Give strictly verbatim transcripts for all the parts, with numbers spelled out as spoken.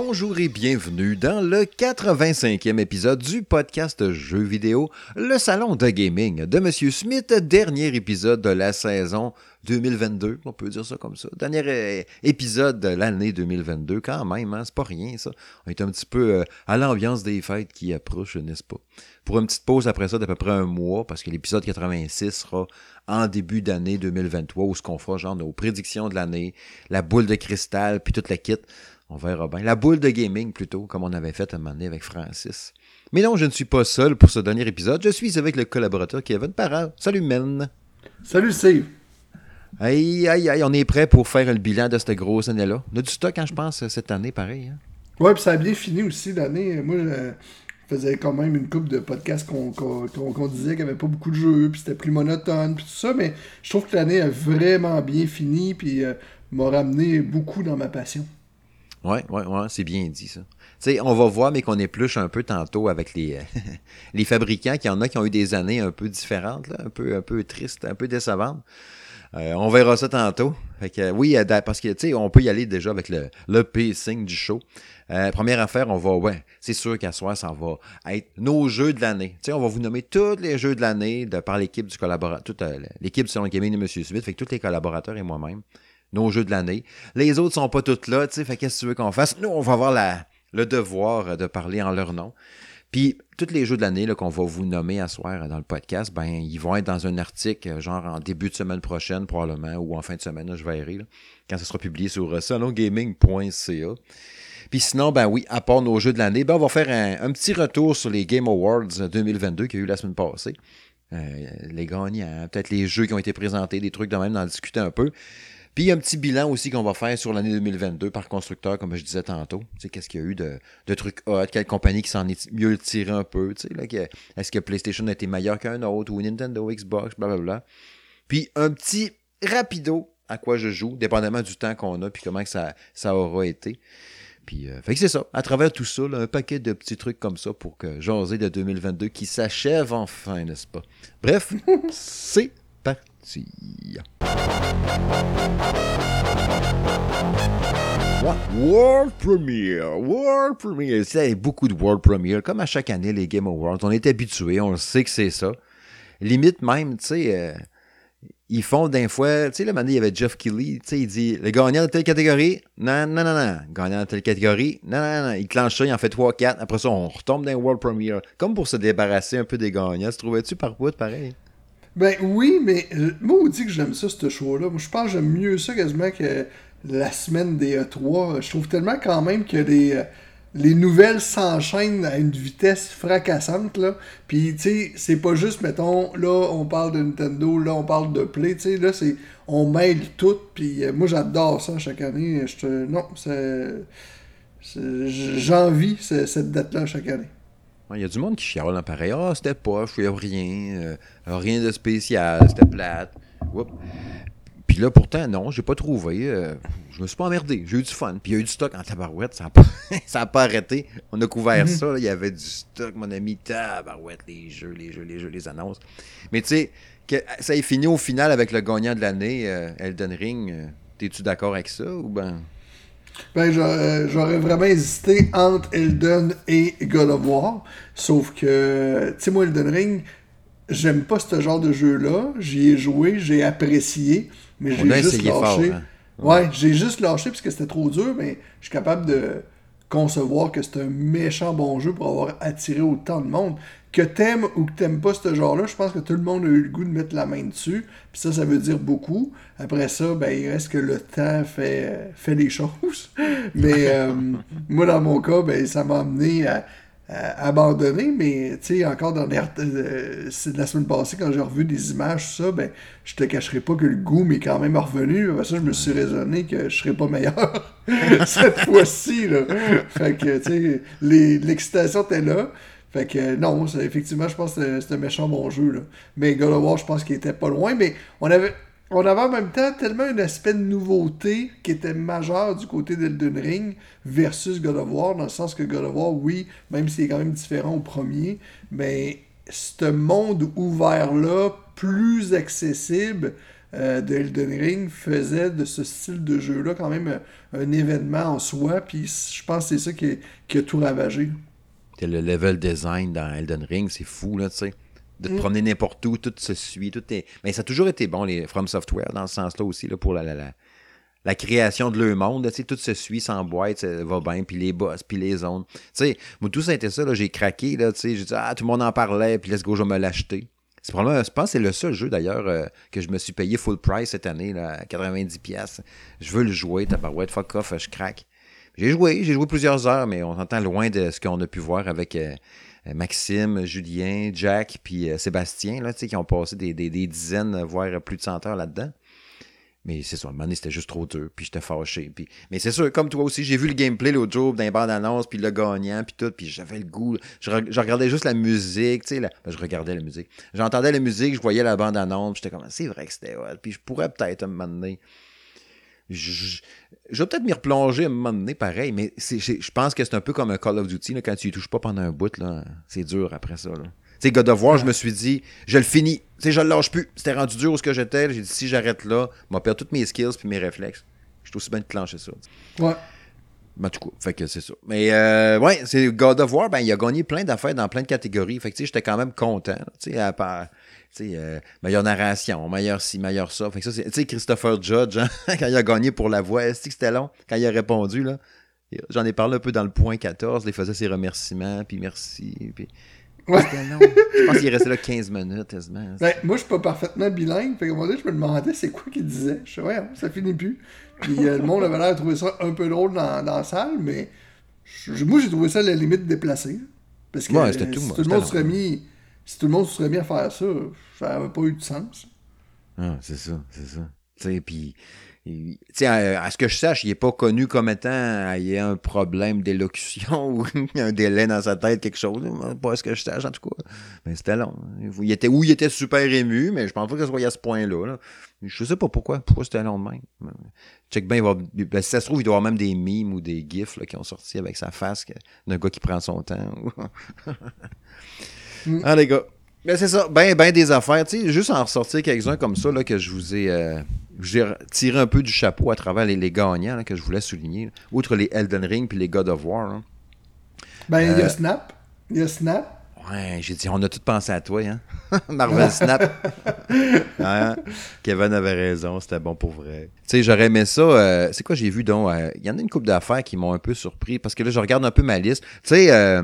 Bonjour et bienvenue dans le quatre-vingt-cinquième épisode du podcast Jeux vidéo, le salon de gaming de Monsieur Smith, dernier épisode de la saison deux mille vingt-deux, on peut dire ça comme ça. Dernier euh, épisode de l'année deux mille vingt-deux, quand même, hein, c'est pas rien ça. On est un petit peu euh, à l'ambiance des fêtes qui approchent, n'est-ce pas? Pour une petite pause après ça d'à peu près un mois, parce que l'épisode quatre-vingt-six sera en début d'année deux mille vingt-trois, où ce qu'on fera genre nos prédictions de l'année, la boule de cristal, puis toute la kit. On verra bien. La boule de gaming, plutôt, comme on avait fait à un moment donné avec Francis. Mais non, je ne suis pas seul pour ce dernier épisode. Je suis avec le collaborateur Kevin Parent. Salut, men. Salut, Steve. Aïe, aïe, aïe, on est prêt pour faire le bilan de cette grosse année-là. On a du stock, hein, je pense, cette année, pareil. Hein? Ouais, puis ça a bien fini aussi l'année. Moi, je faisais quand même une couple de podcasts qu'on, qu'on, qu'on disait qu'il n'y avait pas beaucoup de jeux, puis c'était plus monotone, puis tout ça, mais je trouve que l'année a vraiment bien fini, puis euh, m'a ramené beaucoup dans ma passion. Ouais, ouais, ouais, c'est bien dit, ça. Tu sais, on va voir, mais qu'on épluche un peu tantôt avec les, les fabricants, qu'il y en a qui ont eu des années un peu différentes, là, un peu, un peu tristes, un peu décevantes. Euh, on verra ça tantôt. Fait que, oui, parce que, tu sais, on peut y aller déjà avec le, le pacing du show. Euh, première affaire, on va, ouais, c'est sûr qu'à soir, ça va être nos jeux de l'année. Tu sais, on va vous nommer tous les jeux de l'année de par l'équipe du collaborateur, toute euh, l'équipe selon Gaming de Monsieur Smith, fait que tous les collaborateurs et moi-même, nos jeux de l'année. Les autres sont pas tous là, tu sais, fait qu'est-ce que tu veux qu'on fasse? Nous, on va avoir la, le devoir de parler en leur nom. Puis, tous les jeux de l'année là, qu'on va vous nommer à soir dans le podcast, ben ils vont être dans un article, genre en début de semaine prochaine, probablement, ou en fin de semaine, là, je verrai, là, quand ça sera publié sur uh, salon gaming point c a. Puis sinon, ben oui, à part nos jeux de l'année, ben on va faire un, un petit retour sur les Game Awards deux mille vingt-deux qu'il y a eu la semaine passée. Euh, les gagnants, peut-être les jeux qui ont été présentés, des trucs de même, d'en discuter un peu. Puis un petit bilan aussi qu'on va faire sur l'année deux mille vingt-deux par constructeur, comme je disais tantôt. Tu sais, qu'est-ce qu'il y a eu de, de trucs hot, quelle compagnie qui s'en est mieux tirée un peu, tu sais, là, que, est-ce que PlayStation a été meilleur qu'un autre, ou Nintendo, Xbox, blablabla. Puis un petit rapido à quoi je joue, dépendamment du temps qu'on a, puis comment que ça, ça aura été. Puis, euh, fait que c'est ça. À travers tout ça, là, un paquet de petits trucs comme ça pour que jaser de deux mille vingt-deux qui s'achève enfin, n'est-ce pas? Bref, c'est parti. World Premiere, World Premiere, c'est beaucoup de World Premiere, comme à chaque année les Game Awards, on est habitué, on le sait que c'est ça. Limite même, tu sais, euh, ils font d'un fois, tu sais, le moment il y avait Jeff Keighley, tu sais, il dit, le gagnant de telle catégorie, non, non, non, non, gagnant de telle catégorie, non, non, non, il clenche ça, il en fait trois quatre, après ça, on retombe dans World Premiere, comme pour se débarrasser un peu des gagnants, se trouvais-tu par bout, pareil? Ben oui, mais euh, moi, on dit que j'aime ça, ce show-là. Moi, je pense que j'aime mieux ça quasiment que la semaine des E trois. Je trouve tellement quand même que les, euh, les nouvelles s'enchaînent à une vitesse fracassante, là. Puis, tu sais, c'est pas juste, mettons, là, on parle de Nintendo, là, on parle de Play, tu sais, là, c'est... On mêle tout, puis euh, moi, j'adore ça chaque année. Je te... Non, c'est... c'est... J'envie ce- cette date-là chaque année. Il y a du monde qui chiale en pareil. Ah, oh, c'était poche, il n'y a rien, euh, rien de spécial, c'était plate. Oups. Puis là, pourtant, non, j'ai pas trouvé. Euh, je me suis pas emmerdé. J'ai eu du fun. Puis il y a eu du stock en tabarouette. Ça n'a pas, ça a pas arrêté. On a couvert mm-hmm. ça. Là, il y avait du stock, mon ami. Tabarouette, les jeux, les jeux, les jeux, les annonces. Mais tu sais, que ça est fini au final avec le gagnant de l'année, euh, Elden Ring. Euh, t'es-tu d'accord avec ça ou ben... Ben, j'aurais, j'aurais vraiment hésité entre Elden et God of War. Sauf que, tu sais, moi, Elden Ring, j'aime pas ce genre de jeu-là. J'y ai joué, j'ai apprécié, mais j'ai juste lâché. Fort, hein? Ouais, ouais, j'ai juste lâché parce que c'était trop dur, mais je suis capable de concevoir que c'est un méchant bon jeu pour avoir attiré autant de monde. Que t'aimes ou que t'aimes pas ce genre-là, je pense que tout le monde a eu le goût de mettre la main dessus. Puis ça, ça veut dire beaucoup. Après ça, ben il reste que le temps fait, fait les choses. Mais euh, moi, dans mon cas, ben ça m'a amené à, à abandonner. Mais tu sais, encore dans les, euh, c'est de la semaine passée, quand j'ai revu des images, tout ça, ben je te cacherai pas que le goût m'est quand même revenu. Après ça, je me suis raisonné que je serais pas meilleur cette fois-ci. Là. Fait que, tu sais, les, l'excitation était là. Fait que non, c'est, effectivement, je pense que c'était, c'était un méchant bon jeu. Là. Mais God of War, je pense qu'il était pas loin. Mais on avait, on avait en même temps tellement un aspect de nouveauté qui était majeur du côté d'Elden Ring versus God of War, dans le sens que God of War, oui, même s'il est quand même différent au premier, mais ce monde ouvert-là, plus accessible, euh, de Elden Ring faisait de ce style de jeu-là quand même un, un événement en soi, puis je pense que c'est ça qui, est- qui a tout ravagé. T'sais, le level design dans Elden Ring, c'est fou, là, tu sais. De te Mm. promener n'importe où, tout se suit, tout est... Mais ça a toujours été bon, les From Software, dans ce sens-là aussi, là, pour la, la, la, la création de leur monde, là, tu sais, tout se suit sans boîte, ça va bien, puis les boss, puis les zones. Tu sais, moi, tout ça a été ça, là, j'ai craqué, là, tu sais, j'ai dit, ah, tout le monde en parlait, puis let's go, je vais me l'acheter. C'est probablement, je pense que c'est le seul jeu, d'ailleurs, euh, que je me suis payé full price cette année, là, à quatre-vingt-dix piastres. Je veux le jouer, tabarouette, fuck off, je craque. J'ai joué, j'ai joué plusieurs heures, mais on s'entend loin de ce qu'on a pu voir avec euh, Maxime, Julien, Jack, puis euh, Sébastien, là, tu sais, qui ont passé des, des, des dizaines, voire plus de cent heures là-dedans. Mais c'est ça, à un moment donné, c'était juste trop dur, puis j'étais fâché. Puis... Mais c'est sûr, comme toi aussi, j'ai vu le gameplay l'autre jour dans les bandes annonces, puis le gagnant, puis tout, puis j'avais le goût. Je, re- je regardais juste la musique, tu sais, la... ben, je regardais la musique. J'entendais la musique, je voyais la bande annonce, puis j'étais comme, c'est vrai que c'était hot. Puis je pourrais peut-être à un moment donné... Je, je, je vais peut-être m'y replonger à un moment donné, pareil, mais c'est, je, je pense que c'est un peu comme un Call of Duty, là, quand tu y touches pas pendant un bout, là, c'est dur après ça. Tu sais, God of War, Ouais. je me suis dit, je le finis, tu sais, je le lâche plus. C'était rendu dur où ce que j'étais, j'ai dit, si j'arrête là, je vais perdre tous mes skills puis mes réflexes. Je suis aussi bien de clencher ça. Ouais. Ben, tout cas, fait que c'est ça. Mais, euh, ouais, c'est God of War, ben, il a gagné plein d'affaires dans plein de catégories. Fait que, tu sais, j'étais quand même content, tu sais, à part. Tu sais, euh, meilleure narration, meilleur ci, meilleur ça. Fait que ça, c'est, tu sais, Christopher Judge, hein, quand il a gagné pour la voix, est-ce que c'était long? Quand il a répondu, là, j'en ai parlé un peu dans le point quatorze, il faisait ses remerciements, puis merci, puis... Ouais. C'était long. Je pense qu'il restait là quinze minutes, quasiment. Ben, moi, je suis pas parfaitement bilingue. Fait qu'à un moment donné, je me demandais c'est quoi qu'il disait. Je sais, ouais, ça finit plus. Puis euh, le monde avait l'air de trouver ça un peu drôle dans, dans la salle, mais je- moi, j'ai trouvé ça à la limite déplacé. Parce que Ouais, c'était euh, tout, si, moi, tout le c'était monde long. serait mis, si tout le monde se serait mis à faire ça, ça n'aurait pas eu de sens. Ah, c'est ça, c'est ça. Tu sais, puis... il- Tu sais, à, à ce que je sache, il n'est pas connu comme étant euh, il y a un problème d'élocution ou un délai dans sa tête, quelque chose. Pas à ce que je sache, en tout cas. Mais c'était long. Il était, ou il était super ému, mais je pense pas que ce soit à ce point-là. Là. Je sais pas pourquoi. Pourquoi c'était long de même. Check bien, il va, ben, si ça se trouve, il doit y avoir même des memes ou des gifs là, qui ont sorti avec sa face que, d'un gars qui prend son temps. Mm. Ah, les gars. Ben, c'est ça, ben, ben des affaires, tu sais, juste en ressortir quelques-uns comme ça, là, que je vous ai, euh, j'ai tiré un peu du chapeau à travers les, les gagnants, là, que je voulais souligner, là. Outre les Elden Ring puis les God of War, là. Ben, il y Euh, a Snap. Il y a Snap. Ouais, j'ai dit, on a tout pensé à toi, hein. Marvel Snap. Hein? Kevin avait raison, c'était bon pour vrai. Tu sais, j'aurais aimé ça, euh, c'est quoi j'ai vu, donc, il euh, y en a une couple d'affaires qui m'ont un peu surpris, parce que là, je regarde un peu ma liste. Tu sais, euh,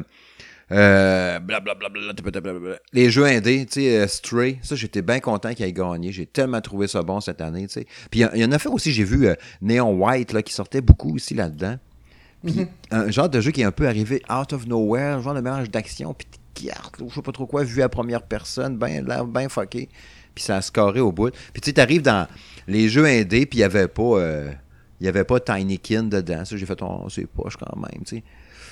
Euh, blablabla, blablabla. Les jeux indés, tu sais, euh, Stray, ça, j'étais bien content qu'il ait gagné. J'ai tellement trouvé ça bon cette année, tu sais. Puis il y, y en a fait aussi, j'ai vu euh, Neon White, là, qui sortait beaucoup aussi là-dedans. Puis Mhm. un genre de jeu qui est un peu arrivé out of nowhere, genre de mélange d'action, puis de cartes, ou je sais pas trop quoi, vu à première personne, ben là, ben fucké. Puis ça a scoré au bout. Puis tu sais, t'arrives dans les jeux indés, puis il y avait pas... euh, il y avait pas Tinykin dedans. Ça, j'ai fait, oh, c'est poche quand même, tu sais.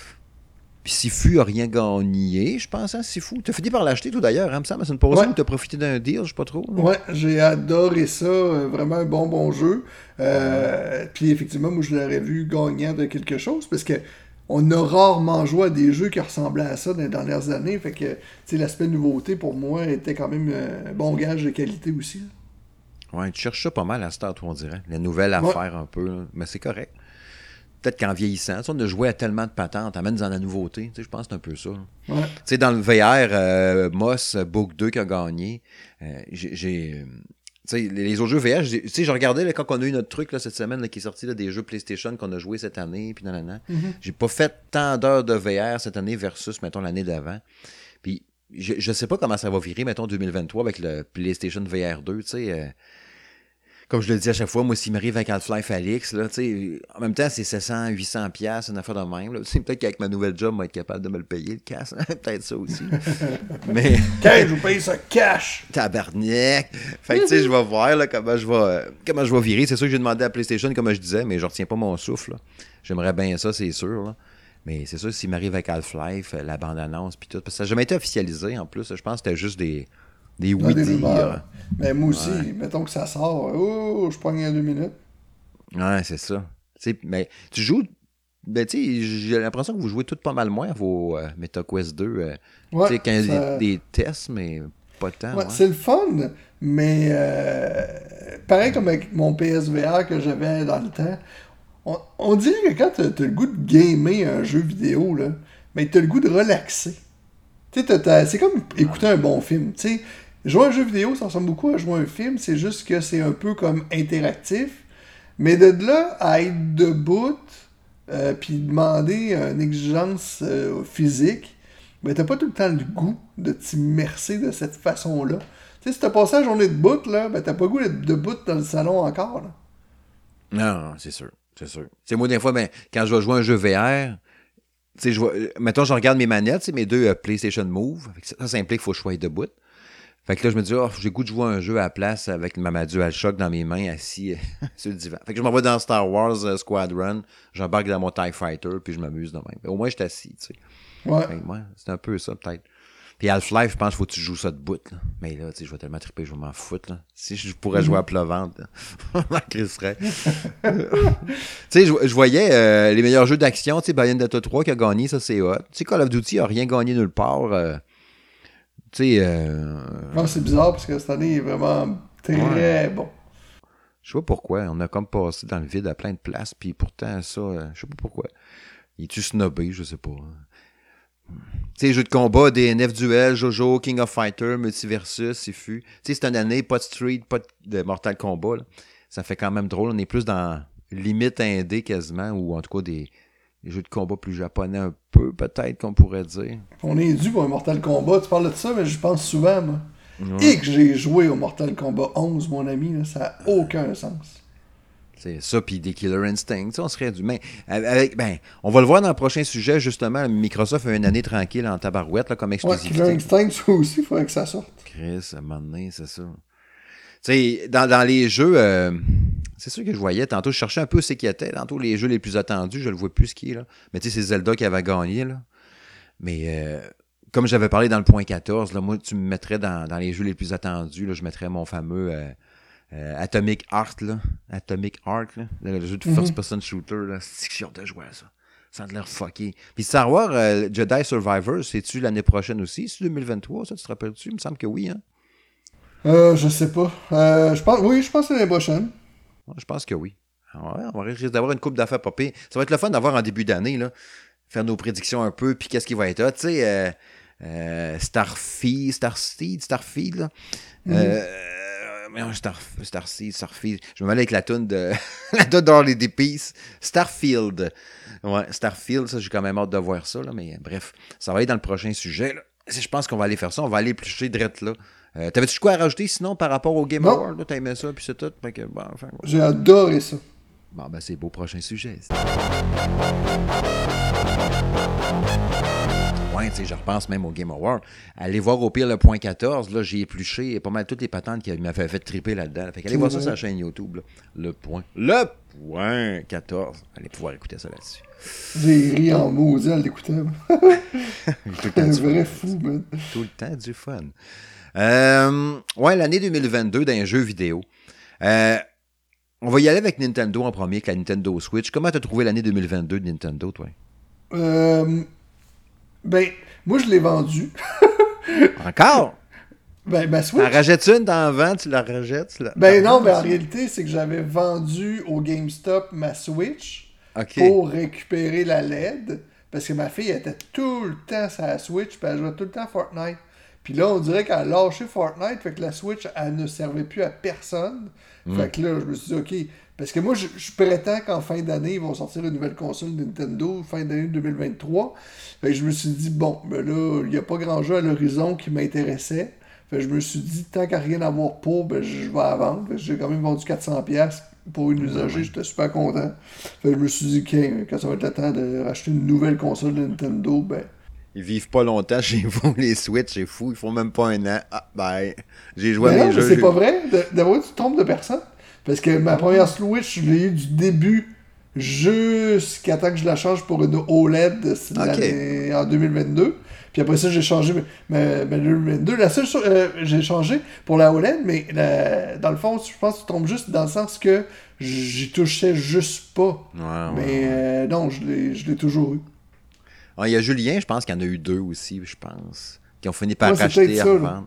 Puis Sifu a rien gagné, je pense, hein, Sifu. T'as fini par l'acheter, tout d'ailleurs, hein, me semble. C'est une pause Ouais. où t'as profité d'un deal, je sais pas trop. là. Ouais, j'ai adoré ça. euh, Vraiment un bon, bon jeu. Euh, Puis effectivement, moi, je l'aurais vu gagnant de quelque chose parce que on a rarement joué à des jeux qui ressemblaient à ça dans les dernières années. Fait que, tu sais, l'aspect nouveauté pour moi était quand même euh, un bon gage de qualité aussi. là. Ouais, tu cherches ça pas mal à Star, toi, on dirait. La nouvelle Ouais. affaire un peu, là. Mais c'est correct. Peut-être qu'en vieillissant, tu sais, on a joué à tellement de patentes, amène dans la nouveauté. Tu sais, je pense que c'est un peu ça. là. Ouais. Tu sais, dans le V R, euh, Moss Book deux qui a gagné, euh, j'ai... j'ai, euh, tu sais, les, les autres jeux V R, j'ai- tu sais, je regardais là, quand on a eu notre truc là, cette semaine là, qui est sorti là, des jeux PlayStation qu'on a joué cette année, puis nanana. Mhm. J'ai pas fait tant d'heures de V R cette année versus, mettons, l'année d'avant. Puis je, je sais pas comment ça va virer, mettons, deux mille vingt-trois avec le PlayStation V R deux, tu sais... euh, comme je le dis à chaque fois, moi, s'il m'arrive avec Half-Life Alyx, là, tu sais, en même temps, c'est sept cents, huit cents piastres, une affaire de même. Là. Tu sais, peut-être qu'avec ma nouvelle job, on va être capable de me le payer, le cash. Peut-être ça aussi. Mais, Quand je vous paye ça cash! tabarnak! Fait que, tu sais, je vais voir là, comment, je vais, euh, comment je vais virer. C'est sûr que j'ai demandé à PlayStation, comme je disais, mais je retiens pas mon souffle. là. J'aimerais bien ça, c'est sûr. Là. Mais c'est sûr, s'il m'arrive avec Half-Life, euh, la bande-annonce, puis tout, parce que ça n'a jamais été officialisé, en plus. Je pense que c'était juste des, des Ah, des oui-dire. rumeurs. Mais moi aussi, Ouais. mettons que ça sort. Oh, je pogne en deux minutes. Ouais, c'est ça. Tu sais, mais tu joues. Ben, tu sais, j'ai l'impression que vous jouez tout pas mal moins à vos euh, MetaQuest deux. euh, Ouais, tu sais, quand il y a ça- des, des tests, mais pas tant. Ouais, Ouais, c'est le fun. Mais euh, pareil comme avec mon P S V R que j'avais dans le temps, on, on dirait que quand t'as, t'as le goût de gamer un jeu vidéo, là, mais t'as le goût de relaxer. Tu sais, t'as- t'as- c'est comme écouter un bon film. Tu sais, jouer à un jeu vidéo, ça ressemble beaucoup à jouer à un film, c'est juste que c'est un peu comme interactif. Mais de là à être debout, euh, puis demander une exigence euh, physique, ben t'as pas tout le temps le goût de t'immerser de cette façon-là. Tu sais, si t'as passé la journée debout, là, ben t'as pas le goût d'être debout dans le salon encore, là. Non, non, c'est sûr. C'est sûr. Tu sais, moi, des fois, ben, quand je vais jouer à un jeu V R, tu sais, je vois, mettons, je regarde mes manettes, c'est mes deux euh, PlayStation Move. Fait que ça, ça implique qu'il faut que je sois debout. Fait que là, je me dis, oh, j'ai le goût de jouer à un jeu à la place avec ma, ma DualShock dans mes mains, assis sur le divan. Fait que je m'en vais dans Star Wars euh, Squadron, j'embarque dans mon TIE Fighter, puis je m'amuse de même. Mais au moins, je suis assis, tu sais. Ouais. Fait que, ouais, c'est un peu ça, peut-être. Puis Half-Life, je pense qu'il faut que tu joues ça debout, là. Mais là, tu sais, je vais tellement triper, je vais m'en foutre, là. Si je pourrais jouer à plat ventre, là, je crisserais. Tu sais, je, je voyais euh, les meilleurs jeux d'action, tu sais, Bayonetta trois qui a gagné, ça c'est hot. Tu sais, Call of Duty a rien gagné nulle part. Euh, tu sais... Euh, Non, c'est bizarre parce que cette année est vraiment très Ouais. bon. Je sais pas pourquoi. On a comme passé dans le vide à plein de places, puis pourtant, ça, euh, je sais pas pourquoi. Il est-tu snobé, je sais pas. Tu sais, jeux de combat, D N F Duel, Jojo, King of Fighter, Multiversus, Sifu. Tu sais, c'est une année, pas de Street, pas de Mortal Kombat, là. Ça fait quand même drôle. On est plus dans limite indé quasiment, ou en tout cas des, des jeux de combat plus japonais un peu, peut-être, qu'on pourrait dire. On est dû pour un Mortal Kombat. Tu parles de ça, mais je pense souvent, moi. Ouais. Et que j'ai joué au Mortal Kombat onze, mon ami, là, ça n'a aucun sens. C'est ça, puis des Killer Instinct, tu sais, on serait dû. Mais avec, ben, on va le voir dans le prochain sujet, justement. Microsoft a une année tranquille en tabarouette, là, comme Ouais, exclusivité. Killer Instinct, ça aussi, il faudrait que ça sorte. Chris, à un moment donné, c'est ça. Tu sais, dans, dans les jeux, euh, c'est sûr que je voyais, tantôt, je cherchais un peu ce qui était. Tantôt, les jeux les plus attendus, je le vois plus ce qui est, là. Mais tu sais, c'est Zelda qui avait gagné, là. Mais euh, comme j'avais parlé dans le point quatorze, là, moi, tu me mettrais dans, dans les jeux les plus attendus, là, je mettrais mon fameux euh, euh, Atomic Heart, là. Atomic Heart, là. Le jeu de Mhm. first-person shooter, là. C'est que j'ai hâte de jouer à ça. Ça a l'air fucké. Puis Star Wars euh, Jedi Survivor, c'est-tu l'année prochaine aussi? C'est deux mille vingt-trois, ça, tu te rappelles-tu? Il me semble que oui, hein? Euh, je sais pas. Euh, je pense, oui, je pense que c'est l'année prochaine. Ouais, je pense que oui. Ah ouais, on risque d'avoir une coupe d'affaires popées. Ça va être le fun d'avoir en début d'année, là, faire nos prédictions un peu, puis qu'est-ce qui va être là. Tu sais, euh, euh, Starfeed, Starseed, Starfield, là. Mhm. Euh, mais non, Star, Starseed, Starfield. Je me mêle avec la toune de la toune d'Harley D. Peace. Starfield. Ouais, Starfield, ça, j'ai quand même hâte de voir ça, là, mais bref, ça va être dans le prochain sujet, là. Je pense qu'on va aller faire ça, on va aller éplucher drette là. Euh, T'avais-tu quoi à rajouter sinon par rapport au Game Non. Award? Là, t'as aimé ça, puis c'est tout. Fait que, bon, enfin, ouais. J'ai adoré ça. Bon, ben c'est beau, prochain sujet. Ouais, tu sais, je repense même au Game Award. Allez voir au pire le point quatorze, là, j'ai épluché pas mal toutes les patentes qui m'avaient fait triper là-dedans. Fait qu'allez voir ça sur la chaîne YouTube, là. Le point. Le point quatorze. Allez pouvoir écouter ça là-dessus. J'ai ri en maudit en l'écoutant. J'ai tout le temps Un du vrai fun. fou, man. Tout le temps du fun. Euh, ouais, l'année deux mille vingt-deux dans un jeu vidéo. Euh, on va y aller avec Nintendo en premier, avec la Nintendo Switch. Comment t'as trouvé l'année deux mille vingt-deux de Nintendo, toi? Euh, ben, moi, je l'ai vendu. Encore? Ben, ma T'en Switch. rajettes une, t'en vends, tu la rajettes? Tu la... Ben t'en non, vends mais en aussi? réalité, c'est que j'avais vendu au GameStop ma Switch OK. pour récupérer la L E D. Parce que ma fille était tout le temps sur la Switch, puis elle jouait tout le temps à Fortnite. Puis là, on dirait qu'elle a lâché Fortnite, fait que la Switch, elle ne servait plus à personne. Mm. Fait que là, je me suis dit, OK. Parce que moi, je, je prétends qu'en fin d'année, ils vont sortir une nouvelle console Nintendo, fin d'année deux mille vingt-trois. Fait que je me suis dit, bon, ben là, il n'y a pas grand jeu à l'horizon qui m'intéressait. Fait que je me suis dit, tant qu'à rien avoir pour, ben je vais la vendre. Fait que j'ai quand même vendu quatre cents dollars pour une usagée, ouais. j'étais super content. Fait que je me suis dit, que quand ça va être le temps de racheter une nouvelle console de Nintendo, ben. Ils vivent pas longtemps chez vous, les Switch, c'est fou. Ils font même pas un an. Ah, ben, j'ai joué Mais à non, mes mais jeux. c'est j'ai- pas vrai. De- D'abord, tu te trompes de personne. Parce que ma première Switch, je l'ai eu du début jusqu'à temps que je la change pour une O L E D c'est Ok. l'année- en deux mille vingt-deux. Puis après ça, j'ai changé ma, ma- ma deux mille vingt-deux. La seule chose, euh, j'ai changé pour la O L E D, mais la- dans le fond, je pense que tu te trompes juste dans le sens que j'y touchais juste pas. Ouais, ouais, mais ouais. euh, non, je l'ai je l'ai toujours eu. Ah, il y a Julien, je pense qu'il y en a eu deux aussi, je pense, qui ont fini par Ouais, c'est racheter peut-être à ça, là. revendre.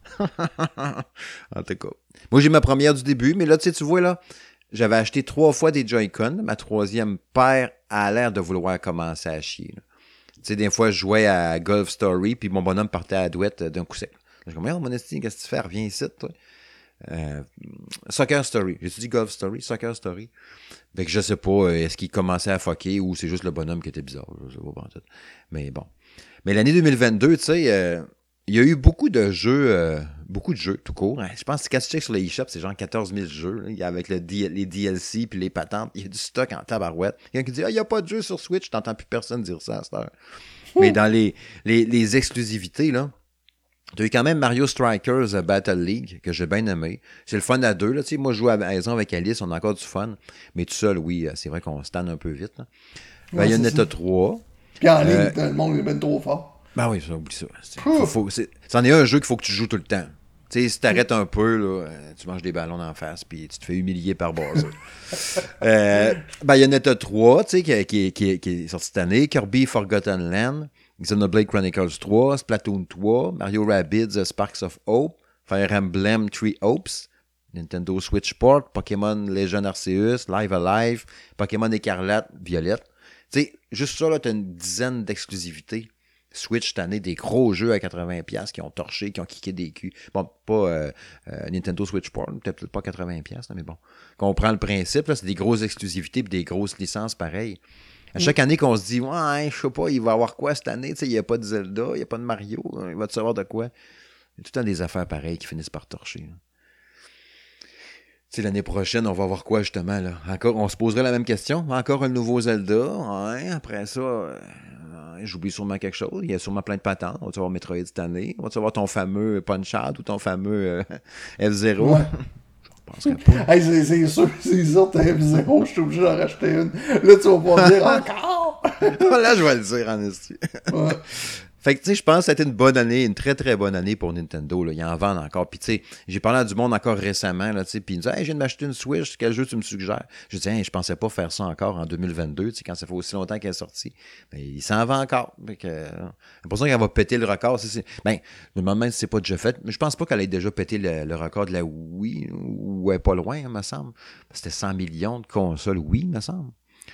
En tout cas. Moi, j'ai ma première du début, mais là, tu sais, tu vois, là, j'avais acheté trois fois des Joy-Con. Ma troisième paire a l'air de vouloir commencer à chier. Tu sais, des fois, je jouais à Golf Story, puis mon bonhomme partait à la douette d'un coup sec. Je me dis, oh, mon esti, qu'est-ce que tu fais? Reviens ici, toi. Euh, Soccer Story. J'ai-tu dit Golf Story? Soccer Story. Fait que je sais pas, est-ce qu'il commençait à fucker ou c'est juste le bonhomme qui était bizarre. Je sais pas, en tout. Mais bon. Mais l'année deux mille vingt-deux, tu sais, euh, il y a eu beaucoup de jeux, euh, beaucoup de jeux tout court. Hein. Je pense que quand tu checkes sur les eShop, c'est genre quatorze mille jeux. Là, avec le D- les D L C puis les patentes. Il y a du stock en tabarouette. Il y a qui dit, ah, il n'y a pas de jeu sur Switch. Je t'entends plus personne dire ça à cette heure. Mais dans les, les, les exclusivités, là, tu as eu quand même Mario Strikers Battle League, que j'ai bien aimé. C'est le fun à deux. Là. Tu sais, moi, je joue à la maison avec Alice, on a encore du fun. Mais tout seul, oui, c'est vrai qu'on se tanne un peu vite. Là. Ouais, Bayonetta trois. Puis en ligne, Euh, le monde est bien trop fort. Ben oui, ça, oublie ça. C'est, faut, faut, c'est, c'en est un jeu qu'il faut que tu joues tout le temps. Tu sais, si t'arrêtes un peu, là, euh, tu manges des ballons en face, puis tu te fais humilier par Bowser. euh, Bayonetta trois, tu sais, qui, qui, qui, qui est sorti cette année. Kirby Forgotten Land. Xenoblade Chronicles trois, Splatoon trois, Mario Rabbids Sparks of Hope, Fire Emblem Three Hopes, Nintendo Switch Sport, Pokémon Legend Arceus, Live Alive, Pokémon Écarlate, Violette. Tu sais, juste ça, là, t'as une dizaine d'exclusivités. Switch cette année, des gros jeux à quatre-vingts dollars qui ont torché, qui ont kické des culs. Bon, pas euh, euh, Nintendo Switch Sport, peut-être pas quatre-vingts dollars, mais bon. Quand on prend le principe, là, c'est des grosses exclusivités et des grosses licences pareilles. À chaque année qu'on se dit, ouais, je sais pas, il va y avoir quoi cette année? Il n'y a pas de Zelda, il n'y a pas de Mario, il va te savoir de quoi? Il y a tout le temps des affaires pareilles qui finissent par torcher. Tu sais, l'année prochaine, on va voir quoi justement? Là? Encore, on se poserait la même question. Encore un nouveau Zelda. Ouais, après ça, euh, j'oublie sûrement quelque chose. Il y a sûrement plein de patentes. On va-tu avoir Metroid cette année? On va-tu avoir ton fameux Punch-Out ou ton fameux euh, F-Zero? Ouais. Je penserais pas. Hey, c'est, c'est sûr, c'est sûr, t'as F zéro, je suis obligé d'en racheter une. Là, tu vas pas me dire encore! Là, je vais le dire en esti. Ouais. Fait que, tu sais, je pense que c'était une bonne année, une très, très bonne année pour Nintendo. Là. Ils en vendent encore. Puis, tu sais, j'ai parlé à du monde encore récemment, là, tu sais, puis ils me disaient, hey, je viens de m'acheter une Switch, quel jeu tu me suggères? Je dis, hey, je pensais pas faire ça encore en deux mille vingt-deux, tu sais, quand ça fait aussi longtemps qu'elle est sortie. Mais il s'en vend encore. Fait que, euh, c'est pour ça qu'elle va péter le record. C'est, c'est... Ben, je me demande même si c'est pas déjà fait, mais je pense pas qu'elle ait déjà pété le, le record de la Wii, ou elle est pas loin, il me semble. C'était cent millions de consoles Wii, me semble.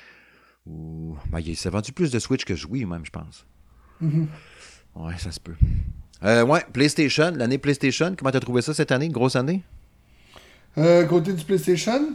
Ou, ben, il s'est vendu plus de Switch que de Wii, même, je pense. Mm-hmm. Ouais, ça se peut. Euh, ouais, PlayStation, l'année PlayStation, comment t'as trouvé ça cette année, une grosse année? Euh, côté du PlayStation,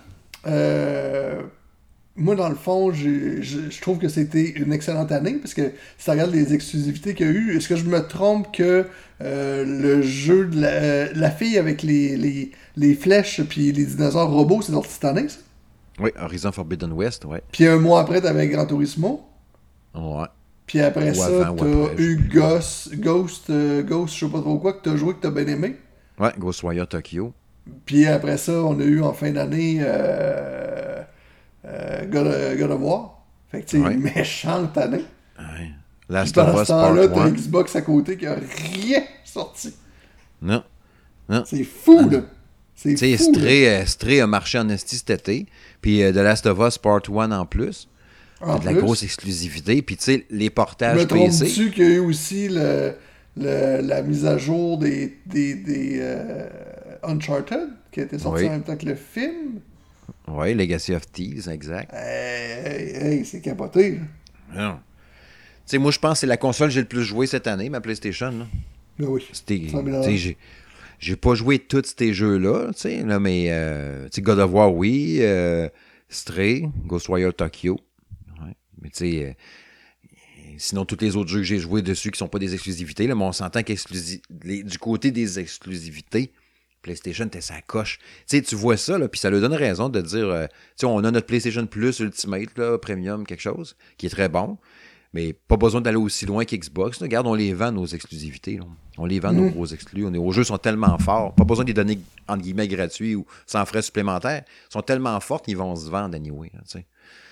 euh, moi, dans le fond, j'ai, je, je trouve que c'était une excellente année, parce que si tu regardes les exclusivités qu'il y a eu, est-ce que je me trompe que euh, le jeu de la, euh, la fille avec les, les, les flèches puis les dinosaures robots, c'est sorti cette année, ça? Oui, Horizon Forbidden West, ouais. Puis un mois après, t'avais Gran Turismo. Ouais. Puis après Ou ça, avant, t'as ou après, eu Ghost, Ghost, euh, Ghost, je sais pas trop quoi, que t'as joué, que t'as bien aimé. Ouais, Ghostwire Tokyo. Puis après ça, on a eu en fin d'année euh, euh, God, of, God of War. Fait que tu sais, Ouais. une méchante année. Ouais. Puis Last of pendant Us ce Part temps-là, t'as un. Xbox à côté qui a rien sorti. Non. Non. C'est fou, Ah, là. C'est tu sais, fou, là. Stray, euh, Stray a marché en esti cet été. Puis euh, The Last of Us Part un en plus. En de la plus, grosse exclusivité. Puis tu sais, les je portages me P C. trompe-tu qu'il y a eu aussi le, le, la mise à jour des, des, des euh, Uncharted, qui a été sorti Oui. en même temps que le film? Oui, Legacy of Thieves, exact. Hey, hey, hey, c'est capoté. Non. Tu sais, moi, je pense que c'est la console que j'ai le plus joué cette année, ma PlayStation. Là. Ben oui. C'était, cent mille tu sais, j'ai, j'ai pas joué tous ces jeux-là, tu sais, là, mais euh, tu sais, God of War, oui, euh, Stray, Ghostwire Tokyo, ouais. Mais tu sais, euh, sinon, tous les autres jeux que j'ai joués dessus qui sont pas des exclusivités, là, mais on s'entend qu'exclusi- les- du côté des exclusivités, PlayStation était sa coche. Tu sais, tu vois ça, là, puis ça leur donne raison de dire, euh, tu sais, on a notre PlayStation Plus Ultimate, là, Premium, quelque chose, qui est très bon. Mais pas besoin d'aller aussi loin qu'Xbox. Là. Regarde, on les vend, nos exclusivités. Là. On les vend, mm. nos gros exclus. Nos jeux sont tellement forts. Pas besoin de les donner, entre guillemets, gratuits ou sans frais supplémentaires. Ils sont tellement forts qu'ils vont se vendre anyway. Là, tu sais.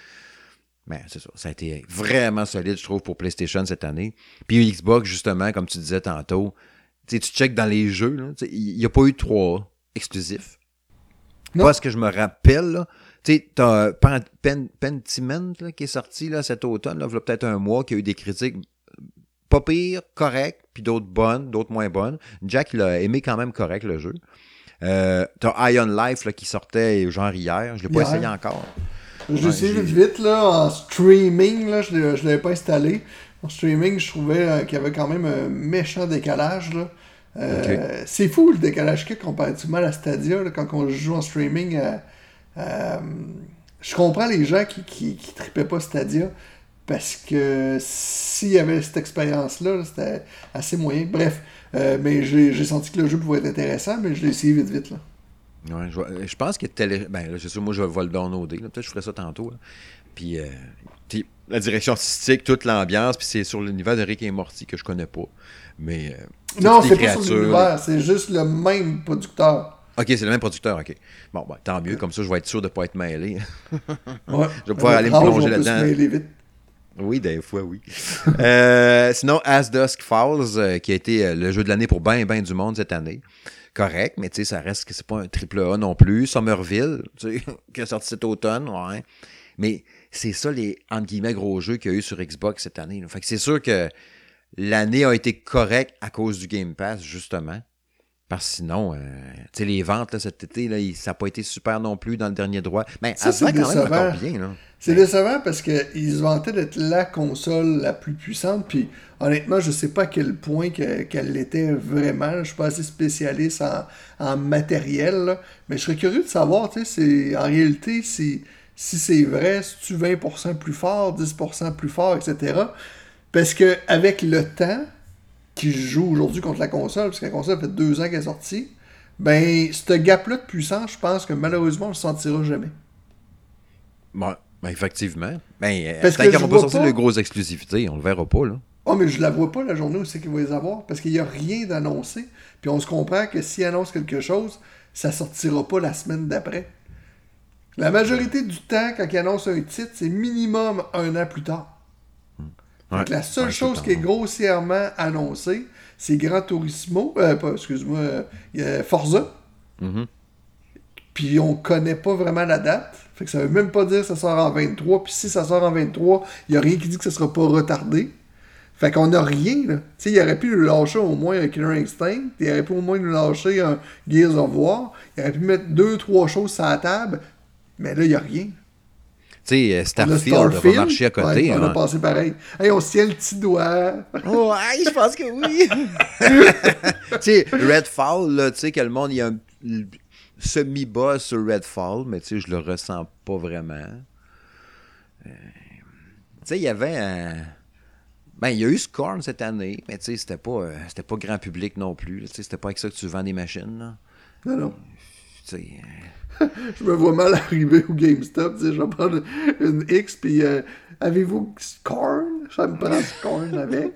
Mais c'est ça. Ça a été vraiment solide, je trouve, pour PlayStation cette année. Puis Xbox, justement, comme tu disais tantôt, tu checkes dans les jeux. Il n'y a pas eu de trois exclusifs. Non. Pas ce que je me rappelle, là. Tu sais, t'as Pen- Pentiment là, qui est sorti là, cet automne, là, il y a peut-être un mois, qui a eu des critiques pas pire, correct, puis d'autres bonnes, d'autres moins bonnes. Jack, il a aimé quand même correct le jeu. Euh, t'as Ion Life là, qui sortait genre hier. Je l'ai pas Hier. essayé encore. Je l'ai Ouais, essayé j'ai- vite vite, là, en streaming, là, je ne l'avais pas installé. En streaming, je trouvais euh, qu'il y avait quand même un méchant décalage, là. Euh, C'est fou le décalage qu'il y a comparativement à la Stadia, là, quand on joue en streaming. euh, euh, je comprends les gens qui, qui, qui tripaient pas Stadia, parce que s'il y avait cette expérience-là, là, c'était assez moyen. Bref, euh, mais j'ai j'ai senti que le jeu pouvait être intéressant, mais je l'ai essayé vite vite, là. Ouais, je, vais- je pense que télé... Ben là, c'est sûr, moi, je vais le downloader. là. Peut-être que je ferai ça tantôt. là. Puis, euh, puis la direction artistique, toute l'ambiance, puis c'est sur l'univers de Rick et Morty que je connais pas. Mais... euh, Non, toutes c'est les pas sur créatures, l'univers, c'est juste le même producteur. OK, c'est le même producteur, OK. Bon, ben, tant mieux, comme ça, je vais être sûr de ne pas être mêlé. Ouais. Je vais pouvoir À aller me notre âge, plonger on peut se là-dedans. mêler vite. Oui, des fois, oui. Euh, sinon, As Dusk Falls, euh, qui a été euh, le jeu de l'année pour ben, ben du monde cette année. Correct, mais tu sais, ça reste que c'est pas un triple A non plus. Somerville, tu sais, qui a sorti cet automne, ouais. Mais c'est ça les, entre guillemets, gros jeux qu'il y a eu sur Xbox cette année. là. Fait que c'est sûr que l'année a été correcte à cause du Game Pass, justement. Parce que sinon, euh, tu sais, les ventes là, cet été, là, il- ça n'a pas été super non plus dans le dernier droit. Mais Ça, ça c'est se vend quand même décevant. encore bien, là. C'est décevant parce qu'ils se vantaient d'être la console la plus puissante, puis honnêtement, je sais pas à quel point que- qu'elle l'était vraiment. Je suis pas assez spécialiste en, en matériel, là. Mais je serais curieux de savoir, tu sais, c'est- en réalité, si, si c'est vrai, si tu vingt pour cent plus fort, dix pour cent plus fort, et cetera. Parce que avec le temps qui joue aujourd'hui contre la console, parce que la console fait deux ans qu'elle est sortie, ben, ce gap-là de puissance, je pense que malheureusement, on le sentira jamais. Ouais, ben, effectivement. Ben, euh, Parce tant que qu'ils je n'auront pas vois sorti pas- de grosses exclusivités, on le verra pas, là. Oh, mais je la vois pas la journée où c'est qu'ils vont les avoir, parce qu'il n'y a rien d'annoncé. Puis on se comprend que s'ils annoncent quelque chose, ça sortira pas la semaine d'après. La majorité du temps, quand ils annoncent un titre, c'est minimum un an plus tard. Ouais. Donc la seule Ouais, chose c'est qui est pas- grossièrement annoncée, c'est Gran Turismo, euh, pas, excuse-moi, euh, euh, Forza. Mhm. Puis on connaît pas vraiment la date. Fait que ça veut même pas dire que ça sort en vingt-trois. Puis si ça sort en vingt-trois, il y a rien qui dit que ça sera pas retardé. Fait qu'on a rien, là. Tu sais, il aurait pu nous lâcher au moins un Killer Instinct. Il aurait pu au moins nous lâcher un Gears of War. Il aurait pu mettre deux, trois choses sur la table. Mais là, il y a rien. Tu sais, euh, On a Starfield, va marcher à côté. Ouais, on a hein. passé pareil. Hey, on se tient le petit doigt. Ouais, je pense que oui. tu sais, Redfall, là, tu sais que le monde, il y a un l- semi-boss sur Redfall, mais tu sais, je le ressens pas vraiment. Euh, tu sais, il y avait un... Ben, il y a eu Scorn cette année, mais tu sais, c'était pas, euh, c'était pas grand public non plus. là. Tu sais, c'était pas avec ça que tu vends des machines, là. Non, non. Tu sais... euh, Je me vois mal arriver au GameStop. Tu sais, je vais prendre une X, puis euh, avez-vous Scorn? Ça me prend Scorn avec.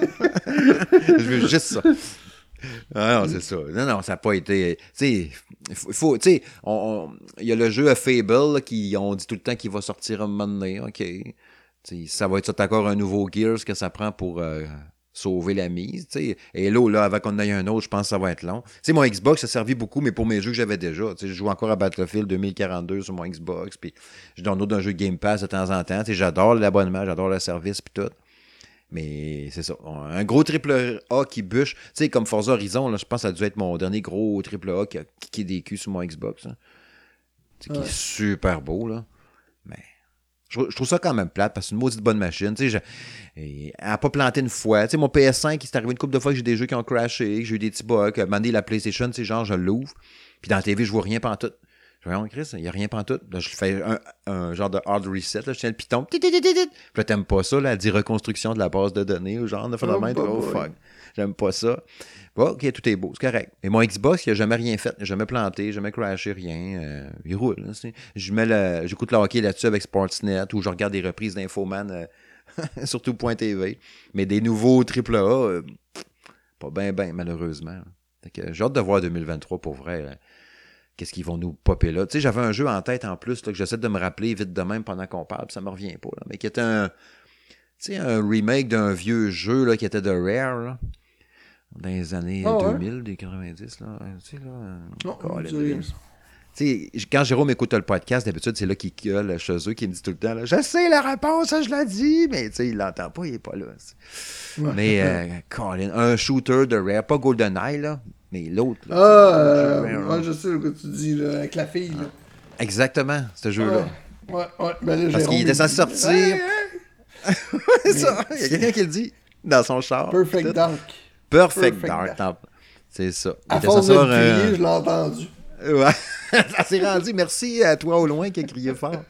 je veux juste ça. Ah non, c'est ça. Non, non, ça n'a pas été. Tu sais, il faut. faut- Tu sais, on- on- il y a le jeu à Fable là, qui on dit tout le temps qu'il va sortir un moment donné. OK. Tu sais, ça va être ça, encore un nouveau Gears que ça prend pour euh, sauver la mise. Tu sais. Et là, là, avant qu'on en ait un autre, je pense que ça va être long. Tu sais, mon Xbox, ça a servi beaucoup, mais pour mes jeux que j'avais déjà. Tu sais, je joue encore à Battlefield deux mille quarante-deux sur mon Xbox. Puis je download un jeu de Game Pass de temps en temps. Tu sais, j'adore l'abonnement, j'adore le service, puis tout. Mais c'est ça. Un gros triple A qui bûche. Tu sais, comme Forza Horizon, là, je pense que ça a dû être mon dernier gros triple A qui a kické des culs sur mon Xbox. Hein. Tu sais, qui Ouais. est super beau, là. Mais je, je trouve ça quand même plate parce que c'est une maudite bonne machine. Tu sais, je- et elle n'a pas planté une fois. Tu sais, mon P S cinq, il s'est arrivé une couple de fois que j'ai des jeux qui ont crashé, que j'ai eu des petits bugs. À un moment donné, la PlayStation, tu sais, genre, je l'ouvre. Puis dans la T V, je vois rien pantoute. Je dis, Chris, il n'y a rien pantoute. Là, je fais un, un genre de hard reset. Là, je tiens le piton. Tit, tit, tit, tit. Puis là, t'aimes pas ça, là, elle dit reconstruction de la base de données ou genre de phénomène. Oh, Oh, boy. fuck. J'aime pas ça. Bon, ok, tout est beau, c'est correct. Mais mon Xbox, il n'a jamais rien fait. Il n'a jamais planté, jamais crashé, rien. Euh, il roule. Là, c'est- je mets le, j'écoute le hockey là-dessus avec Sportsnet ou je regarde des reprises d'Infoman, euh, surtout Point T V. Mais des nouveaux triple A, euh, pas bien, bien, malheureusement. Fait que j'ai hâte de voir deux mille vingt-trois pour vrai. Là. Qu'est-ce qu'ils vont nous popper là? Tu sais, j'avais un jeu en tête en plus là, que j'essaie de me rappeler vite de même pendant qu'on parle, puis ça me revient pas. Là, mais qui était un, tu sais, un remake d'un vieux jeu là, qui était de Rare là, dans les années Ah ouais? deux mille, des quatre-vingt-dix. Là, tu sais, là, Non, oh, on les- dit rien, ça. Tu sais, quand Jérôme écoute le podcast, d'habitude, c'est là qu'il gueule chez eux, qui me dit tout le temps, là, je sais la réponse, ça, je l'ai dit, mais tu sais, il l'entend pas, il est pas là. Ouais. Mais, euh, Colin, un shooter de Rare, pas GoldenEye, là, mais l'autre. Là, ah, euh, ouais, je sais ce que tu dis, là, avec la fille. Là. Exactement, ce jeu-là. Ouais, ouais, ouais. Ben là, parce qu'il était censé sortir. Hey, hey. mais... ça, il y a quelqu'un qui le dit dans son char. Perfect Dark. Perfect, Perfect Dark. Dark. C'est ça. Il à était force de le euh... crier, je l'ai entendu. Ouais. Ça s'est rendu. Merci à toi au loin qui a crié fort.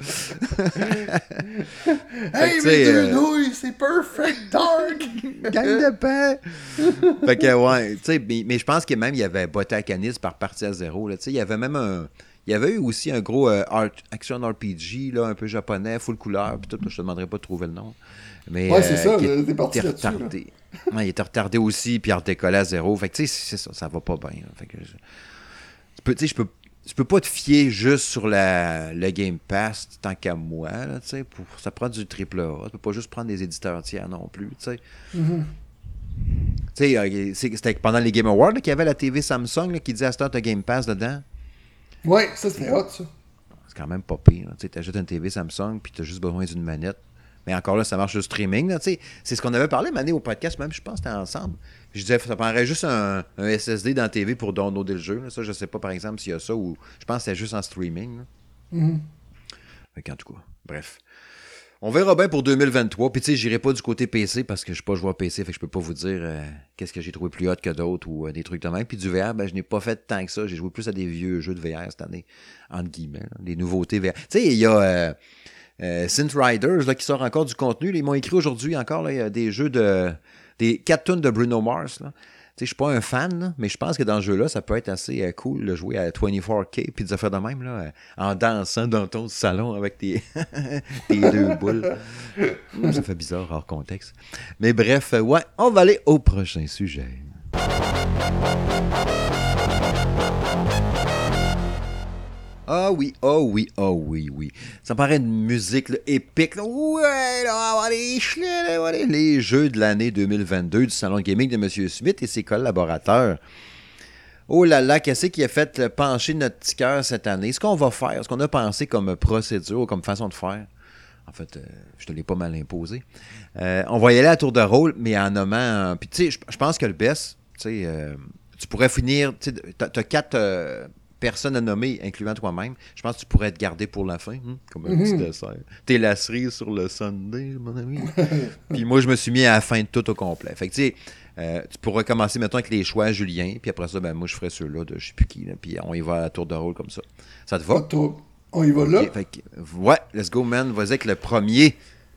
Hey, mes deux euh... nouilles, c'est Perfect Dark! Gang de paix! Fait que, ouais, tu sais, mais, mais je pense que même il y avait Botacanis par partie à zéro. Là, il y avait même un. Il y avait eu aussi un gros euh, art, action R P G, là, un peu japonais, full couleur, puis tout. Je te demanderai pas de trouver le nom. Mais, ouais, c'est euh, ça, t'es parti là-dessus. Retardé. Là. Ouais, il était retardé aussi, puis Art décollé à zéro. Fait que, tu sais, c'est ça, ça va pas bien. Fait que, je... tu peux, tu sais, je peux. Tu peux pas te fier juste sur la, le Game Pass tant qu'à moi, là, tu sais, pour, ça prend du triple A. Tu peux pas juste prendre des éditeurs tiers non plus, tu sais. Mm-hmm. Tu sais, c'était pendant les Game Awards qu'il y avait la T V Samsung là, qui disait à ce temps, t'as Game Pass dedans. Ouais, ça c'était hot, ça. C'est quand même pas pire. Tu sais, t'achètes une T V Samsung puis t'as juste besoin d'une manette. Mais encore là, ça marche le streaming. Là, c'est ce qu'on avait parlé mané au podcast, même je pense que c'était ensemble. Je disais, ça prendrait juste un, un S S D dans la T V pour downloader le jeu. Là. Ça, je sais pas, par exemple, s'il y a ça ou je pense que c'est juste en streaming. Mm-hmm. Fait qu'en tout cas, bref. On verra bien pour deux mille vingt-trois. Puis tu sais, j'irai pas du côté P C parce que je suis pas joueur P C. Fait que je peux pas vous dire euh, qu'est-ce que j'ai trouvé plus hot que d'autres ou euh, des trucs de même. Puis du V R, ben je n'ai pas fait tant que ça. J'ai joué plus à des vieux jeux de V R cette année, entre guillemets. Là, des nouveautés V R. Tu sais, il y a... Euh, Euh, Synth Riders là, qui sort encore du contenu. Là, ils m'ont écrit aujourd'hui encore là, il y a des jeux de. Des quatre tunes de Bruno Mars. Là. Je suis pas un fan, là, mais je pense que dans ce jeu-là, ça peut être assez euh, cool de jouer à vingt-quatre K puis de faire de même là, euh, en dansant dans ton salon avec tes, tes deux boules. Ça fait bizarre hors contexte. Mais bref, euh, ouais, on va aller au prochain sujet. Ah oui, oh oui, oh oui, oui. Ça me paraît une musique là, épique. Là. Ouais, là, on va aller, là, on va aller. Les jeux de l'année deux mille vingt-deux du Salon de Gaming de M. Smith et ses collaborateurs. Oh là là, qu'est-ce qui a fait pencher notre petit cœur cette année? Ce qu'on va faire, ce qu'on a pensé comme procédure, comme façon de faire. En fait, euh, je te l'ai pas mal imposé. Euh, on va y aller à tour de rôle, mais en nommant... Puis tu sais, je pense que le best, tu sais, euh, tu pourrais finir... Tu sais, t'as, t'as quatre... Euh, personne à nommer, incluant toi-même. Je pense que tu pourrais te garder pour la fin, hein, comme un mm-hmm. petit dessert. T'es la cerise sur le Sunday, mon ami. Puis moi, je me suis mis à la fin de tout au complet. Fait que tu sais, euh, tu pourrais commencer, mettons, avec les choix Julien, puis après ça, ben moi, je ferais ceux-là de je sais plus qui, là, puis on y va à tour de rôle comme ça. Ça te va? On y va là? Okay, fait que, ouais, let's go, man. Vas-y avec le premier.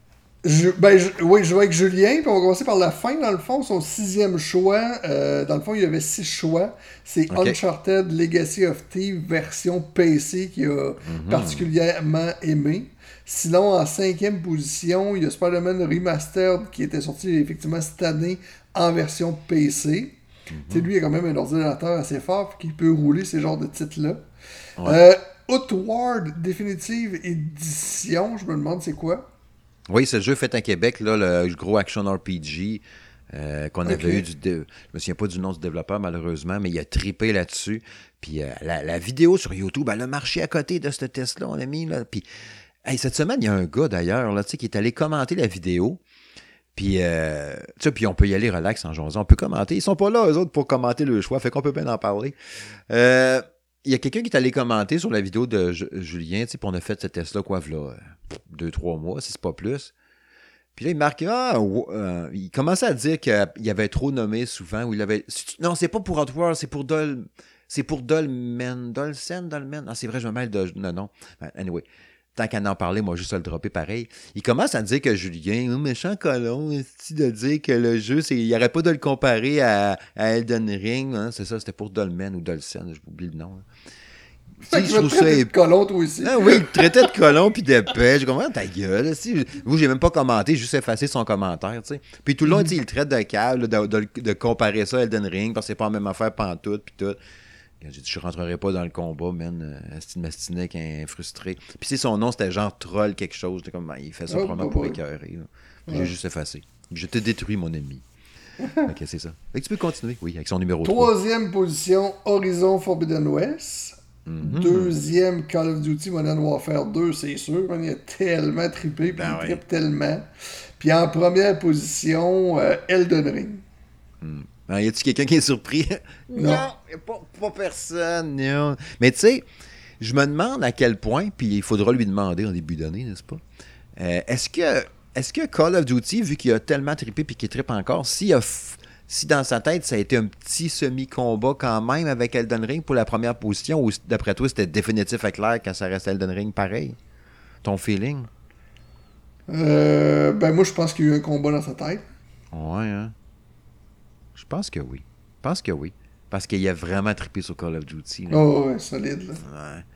Je, ben, je, oui, je vais avec Julien, puis on va commencer par la fin, dans le fond, son sixième choix. Euh, dans le fond, il y avait six choix. C'est okay. Uncharted Legacy of Thieves version P C qui a mm-hmm. particulièrement aimé. Sinon, en cinquième position, il y a Spider-Man Remastered qui était sorti effectivement cette année en version P C. Mm-hmm. Lui, il a quand même un ordinateur assez fort qui peut rouler ces genres de titres-là. Ouais. Euh, Outward Definitive Edition, je me demande c'est quoi? Oui, c'est le jeu fait à Québec, là, le gros action R P G euh, qu'on okay. avait eu. Du dé... Je me souviens pas du nom du développeur, malheureusement, mais il a trippé là-dessus. Puis euh, la, la vidéo sur YouTube, elle a marché à côté de ce test-là, on a mis. Là. Puis hey, cette semaine, il y a un gars, d'ailleurs, là, qui est allé commenter la vidéo. Puis, euh, tu sais, puis on peut y aller relax en jasant. On peut commenter. Ils sont pas là, eux autres, pour commenter le choix. Fait qu'on peut bien en parler. Euh... Il y a quelqu'un qui est allé commenter sur la vidéo de J- Julien, tu sais, puis on a fait ce test-là, quoi, là, deux, trois mois, si c'est pas plus. Puis là, il marque, ah, euh, il commençait à dire qu'il avait trop nommé souvent, ou il avait, non, c'est pas pour Outward, c'est pour Dol, c'est pour Dolmen, Dolsen, Dolmen, ah, c'est vrai, je me mêle de, non, non, anyway. Tant qu'à en parler, moi, juste à le dropper pareil. Il commence à dire que Julien, un méchant colon, est de dire que le jeu, c'est, il n'y aurait pas de le comparer à, à Elden Ring. Hein, c'est ça, c'était pour Dolmen ou Dolsen, j'oublie le nom. Fait que je trouve ça de colon, toi aussi. Ah oui, il traitait de colon puis d'épais. J'ai compris, ta gueule. Si, vous, j'ai même pas commenté, j'ai juste effacé son commentaire. T'sais. Puis tout le long, mm-hmm. il le traite de câble, de, de, de comparer ça à Elden Ring, parce que c'est pas la même affaire pantoute, puis tout. J'ai dit, je rentrerai pas dans le combat, man. Asti de Mastinek, un frustré. Puis si son nom, c'était genre troll quelque chose. Comme, il fait ça oh, probablement oh, pour oh. écœurer. J'ai ouais. juste effacé. Je t'ai détruit, mon ennemi. Ok, c'est ça. Fait que tu peux continuer, oui, avec son numéro trois. Troisième position, Horizon Forbidden West. Mm-hmm. Deuxième, Call of Duty Modern Warfare deux, c'est sûr. Il a tellement trippé, puis Ben il oui. trippe tellement. Puis en première position, euh, Elden Ring. Mm. Ben, y a-tu quelqu'un qui est surpris? Non. Non, y a pas, pas personne. Non. Mais tu sais, je me demande à quel point, puis il faudra lui demander en début d'année, n'est-ce pas? Euh, est-ce que est-ce que Call of Duty, vu qu'il a tellement trippé puis qu'il trippe encore, s'il a f- si dans sa tête, ça a été un petit semi-combat quand même avec Elden Ring pour la première position, ou d'après toi, c'était définitif et clair quand ça reste Elden Ring pareil? Ton feeling? Euh, ben moi, je pense qu'il y a eu un combat dans sa tête. Ouais, hein? Je pense que oui. Je pense que oui. Parce qu'il a vraiment trippé sur Call of Duty. Là. Oh, ouais, solide, là.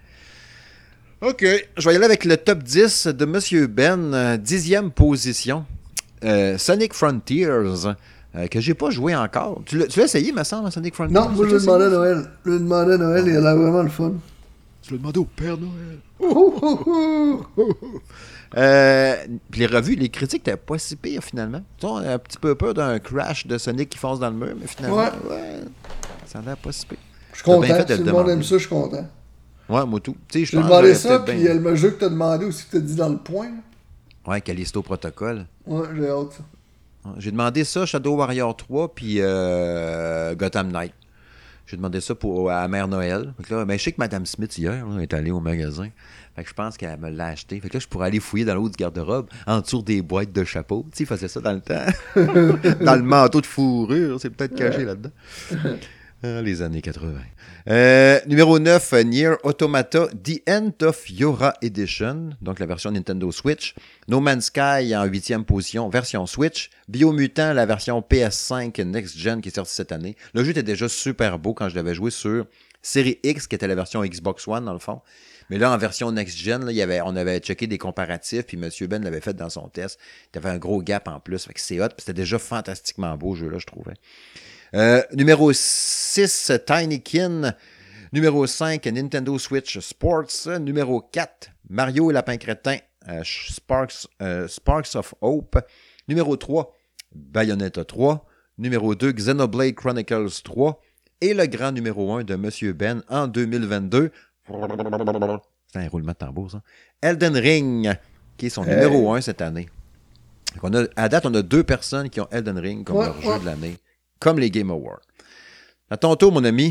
Ouais. OK. Je vais y aller avec le top dix de Monsieur Ben. Euh, dixième position. Euh, Sonic Frontiers. Euh, que j'ai pas joué encore. Tu l'as, tu l'as essayé, me semble, Sonic Frontiers? Non, moi, je l'ai demandé à Noël. Je l'ai demandé à Noël et il a vraiment le fun. Tu l'as demandé au Père Noël. Oh, oh, oh. Euh, puis les revues, les critiques n'étaient pas si pires, finalement. Tu sais, on a un petit peu peur d'un crash de Sonic qui fonce dans le mur, mais finalement, Ouais. ouais, ça a l'air pas si pire. Je suis T'as bien content. fait de Si le le monde demander. aime ça, je suis content. Ouais, moi tout. Tu sais, je J'ai pense demandé que ça, j'aurais puis peut-être il y a bien- le jeu que t'as demandé aussi, que t'as dit dans le point. là. Ouais, Callisto Protocol. Ouais, j'ai hâte, ça. Ouais, j'ai demandé ça, Shadow Warrior trois, puis euh, Gotham Knight. J'ai demandé ça pour, à Mère Noël. Fait que là, ben, je sais que Madame Smith, hier, là, est allée au magasin. Fait que je pense qu'elle me l'a acheté. Fait que là, je pourrais aller fouiller dans le haut du garde-robe, en dessous des boîtes de chapeaux. Tu sais, il faisait ça dans le temps. Dans le manteau de fourrure, c'est peut-être caché là-dedans. Ah, les années quatre-vingts. Euh, numéro neuf, Nier Automata, The End of Yora Edition, donc la version Nintendo Switch. No Man's Sky en huitième position, version Switch. Biomutant, la version P S cinq Next Gen qui est sortie cette année. Le jeu était déjà super beau quand je l'avais joué sur Série X, qui était la version Xbox One dans le fond. Mais là, en version Next Gen, là, il y avait, on avait checké des comparatifs, puis M. Ben l'avait fait dans son test. Il y avait un gros gap en plus, fait que c'est hot, puis c'était déjà fantastiquement beau, ce jeu-là, je trouvais. Euh, numéro six, Tinykin. Numéro cinq, Nintendo Switch Sports. Numéro quatre, Mario et Lapin Crétin, euh, Sparks, euh, Sparks of Hope. Numéro trois, Bayonetta trois. Numéro deux, Xenoblade Chronicles trois. Et le grand numéro un de M. Ben en deux mille vingt-deux. C'est un roulement de tambour, ça. Elden Ring, qui est son hey. numéro un cette année. Donc on a, à date, on a deux personnes qui ont Elden Ring comme ouais, leur ouais. jeu de l'année. Comme les Game Awards. À ton tour, mon ami.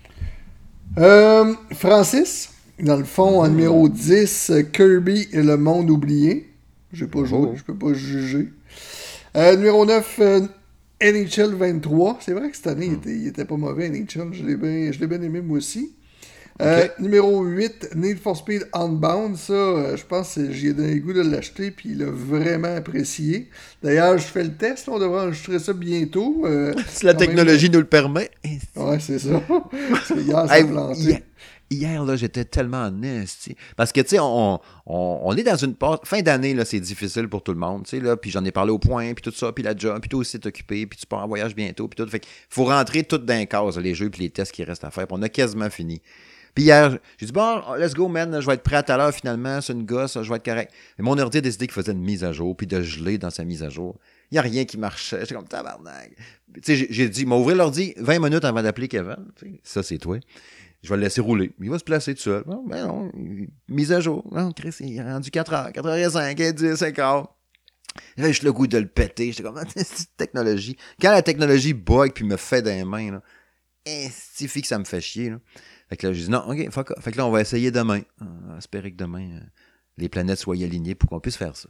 Euh, Francis, dans le fond, en numéro dix, Kirby et le monde oublié. J'ai pas oh. joué, je peux pas juger. Euh, numéro neuf, euh, N H L vingt-trois. C'est vrai que cette année, mm. il, était, il était pas mauvais, N H L. Je l'ai bien, je l'ai bien aimé, moi aussi. Euh, okay. Numéro huit, Need for Speed Unbound, ça, euh, je pense que j'y ai donné le goût de l'acheter, puis il a vraiment apprécié. D'ailleurs, je fais le test, là, on devrait enregistrer ça bientôt. Euh, si la technologie même... nous le permet. Ouais, c'est ça. C'est hier, ça a planté. Hier, hier, là, j'étais tellement en esti. Parce que, tu sais, on, on, on est dans une passe... Fin d'année, là, c'est difficile pour tout le monde, tu sais, là, puis j'en ai parlé au point, puis tout ça, puis la job, puis toi aussi t'es occupé, puis tu pars en voyage bientôt, puis tout. Fait qu'il faut rentrer tout dans les cases, les jeux puis les tests qui restent à faire, puis on a quasiment fini. Puis hier, j'ai dit, bon, let's go, man, je vais être prêt à tout à l'heure, finalement, c'est une gosse, je vais être correct. Mais mon ordi a décidé qu'il faisait une mise à jour, puis de geler dans sa mise à jour. Il n'y a rien qui marchait. J'étais comme, tabarnak. Tu sais, j'ai, j'ai dit, il m'a ouvert l'ordi vingt minutes avant d'appeler Kevin. T'sais, ça, c'est toi. Je vais le laisser rouler. Il va se placer tout seul. Non, ben non, mise à jour. Non, Chris, il est rendu quatre heures, quatre heures cinq, dix, cinq heures. Là, j'ai le goût de le péter. J'étais comme, c'est cette technologie. Quand la technologie bug puis me fait des mains, là, c'est que ça me fait chier, là. Fait que là, j'ai dit non, ok, fuck off. Fait que là, on va essayer demain. On va espérer que demain, euh, les planètes soient alignées pour qu'on puisse faire ça.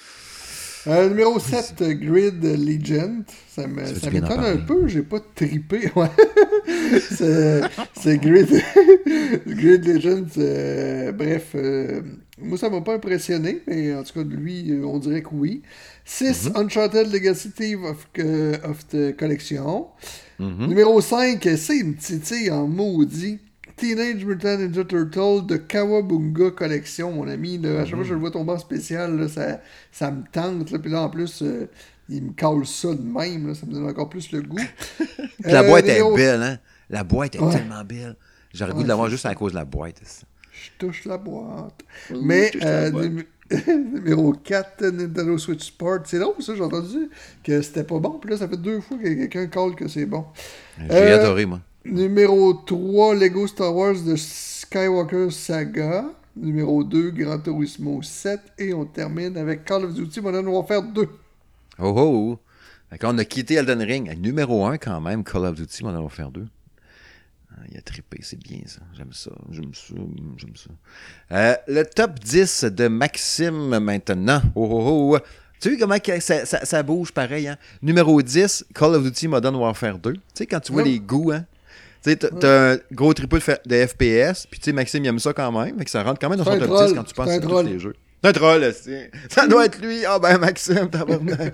Euh, numéro sept, Grid Legend. Ça, me, ça m'étonne un peu, j'ai pas trippé. Ouais. c'est, c'est Grid, Grid Legend. Euh, bref, euh, moi, ça m'a pas impressionné, mais en tout cas, de lui, on dirait que oui. six, mm-hmm. Uncharted Legacy Thief of, uh, of the Collection. Mm-hmm. Numéro cinq, c'est une petite en maudit. Teenage Mutant Ninja Turtle de Kawabunga Collection, mon ami. Là, à chaque fois que je le vois tomber en spécial, là, ça, ça me tente. Là, puis là, en plus, euh, il me colle ça de même. Là, ça me donne encore plus le goût. La euh, boîte numéro... est belle, hein? La boîte est ouais. tellement belle. J'aurais le goût ouais, de l'avoir juste ça. À cause de la boîte. Je touche la boîte. Oui, Mais, euh, la boîte. Numéro quatre, Nintendo Switch Sport. C'est drôle, ça, j'ai entendu que c'était pas bon. Puis là, ça fait deux fois que quelqu'un colle que c'est bon. J'ai euh... adoré, moi. Numéro trois, Lego Star Wars de Skywalker Saga. Numéro deux, Gran Turismo sept. Et on termine avec Call of Duty Modern Warfare deux. Oh oh! Fait qu'on a quitté Elden Ring. Numéro un quand même, Call of Duty Modern Warfare deux. Ah, il a trippé, c'est bien ça. J'aime ça, j'aime ça, j'aime ça. Euh, le top dix de Maxime maintenant. Oh oh oh! Tu sais comment ça, ça, ça bouge pareil, hein? Numéro dix, Call of Duty Modern Warfare deux. Tu sais, quand tu vois Oui. les goûts, hein? Tu sais, t'as, t'as un gros triple de F P S, puis tu sais, Maxime, il aime ça quand même, mais que ça rentre quand même dans son top troll. dix quand tu penses C'est à un tous troll. les jeux. C'est un troll, là, c'est... Ça doit être lui. Ah ben, Maxime, tabarnak.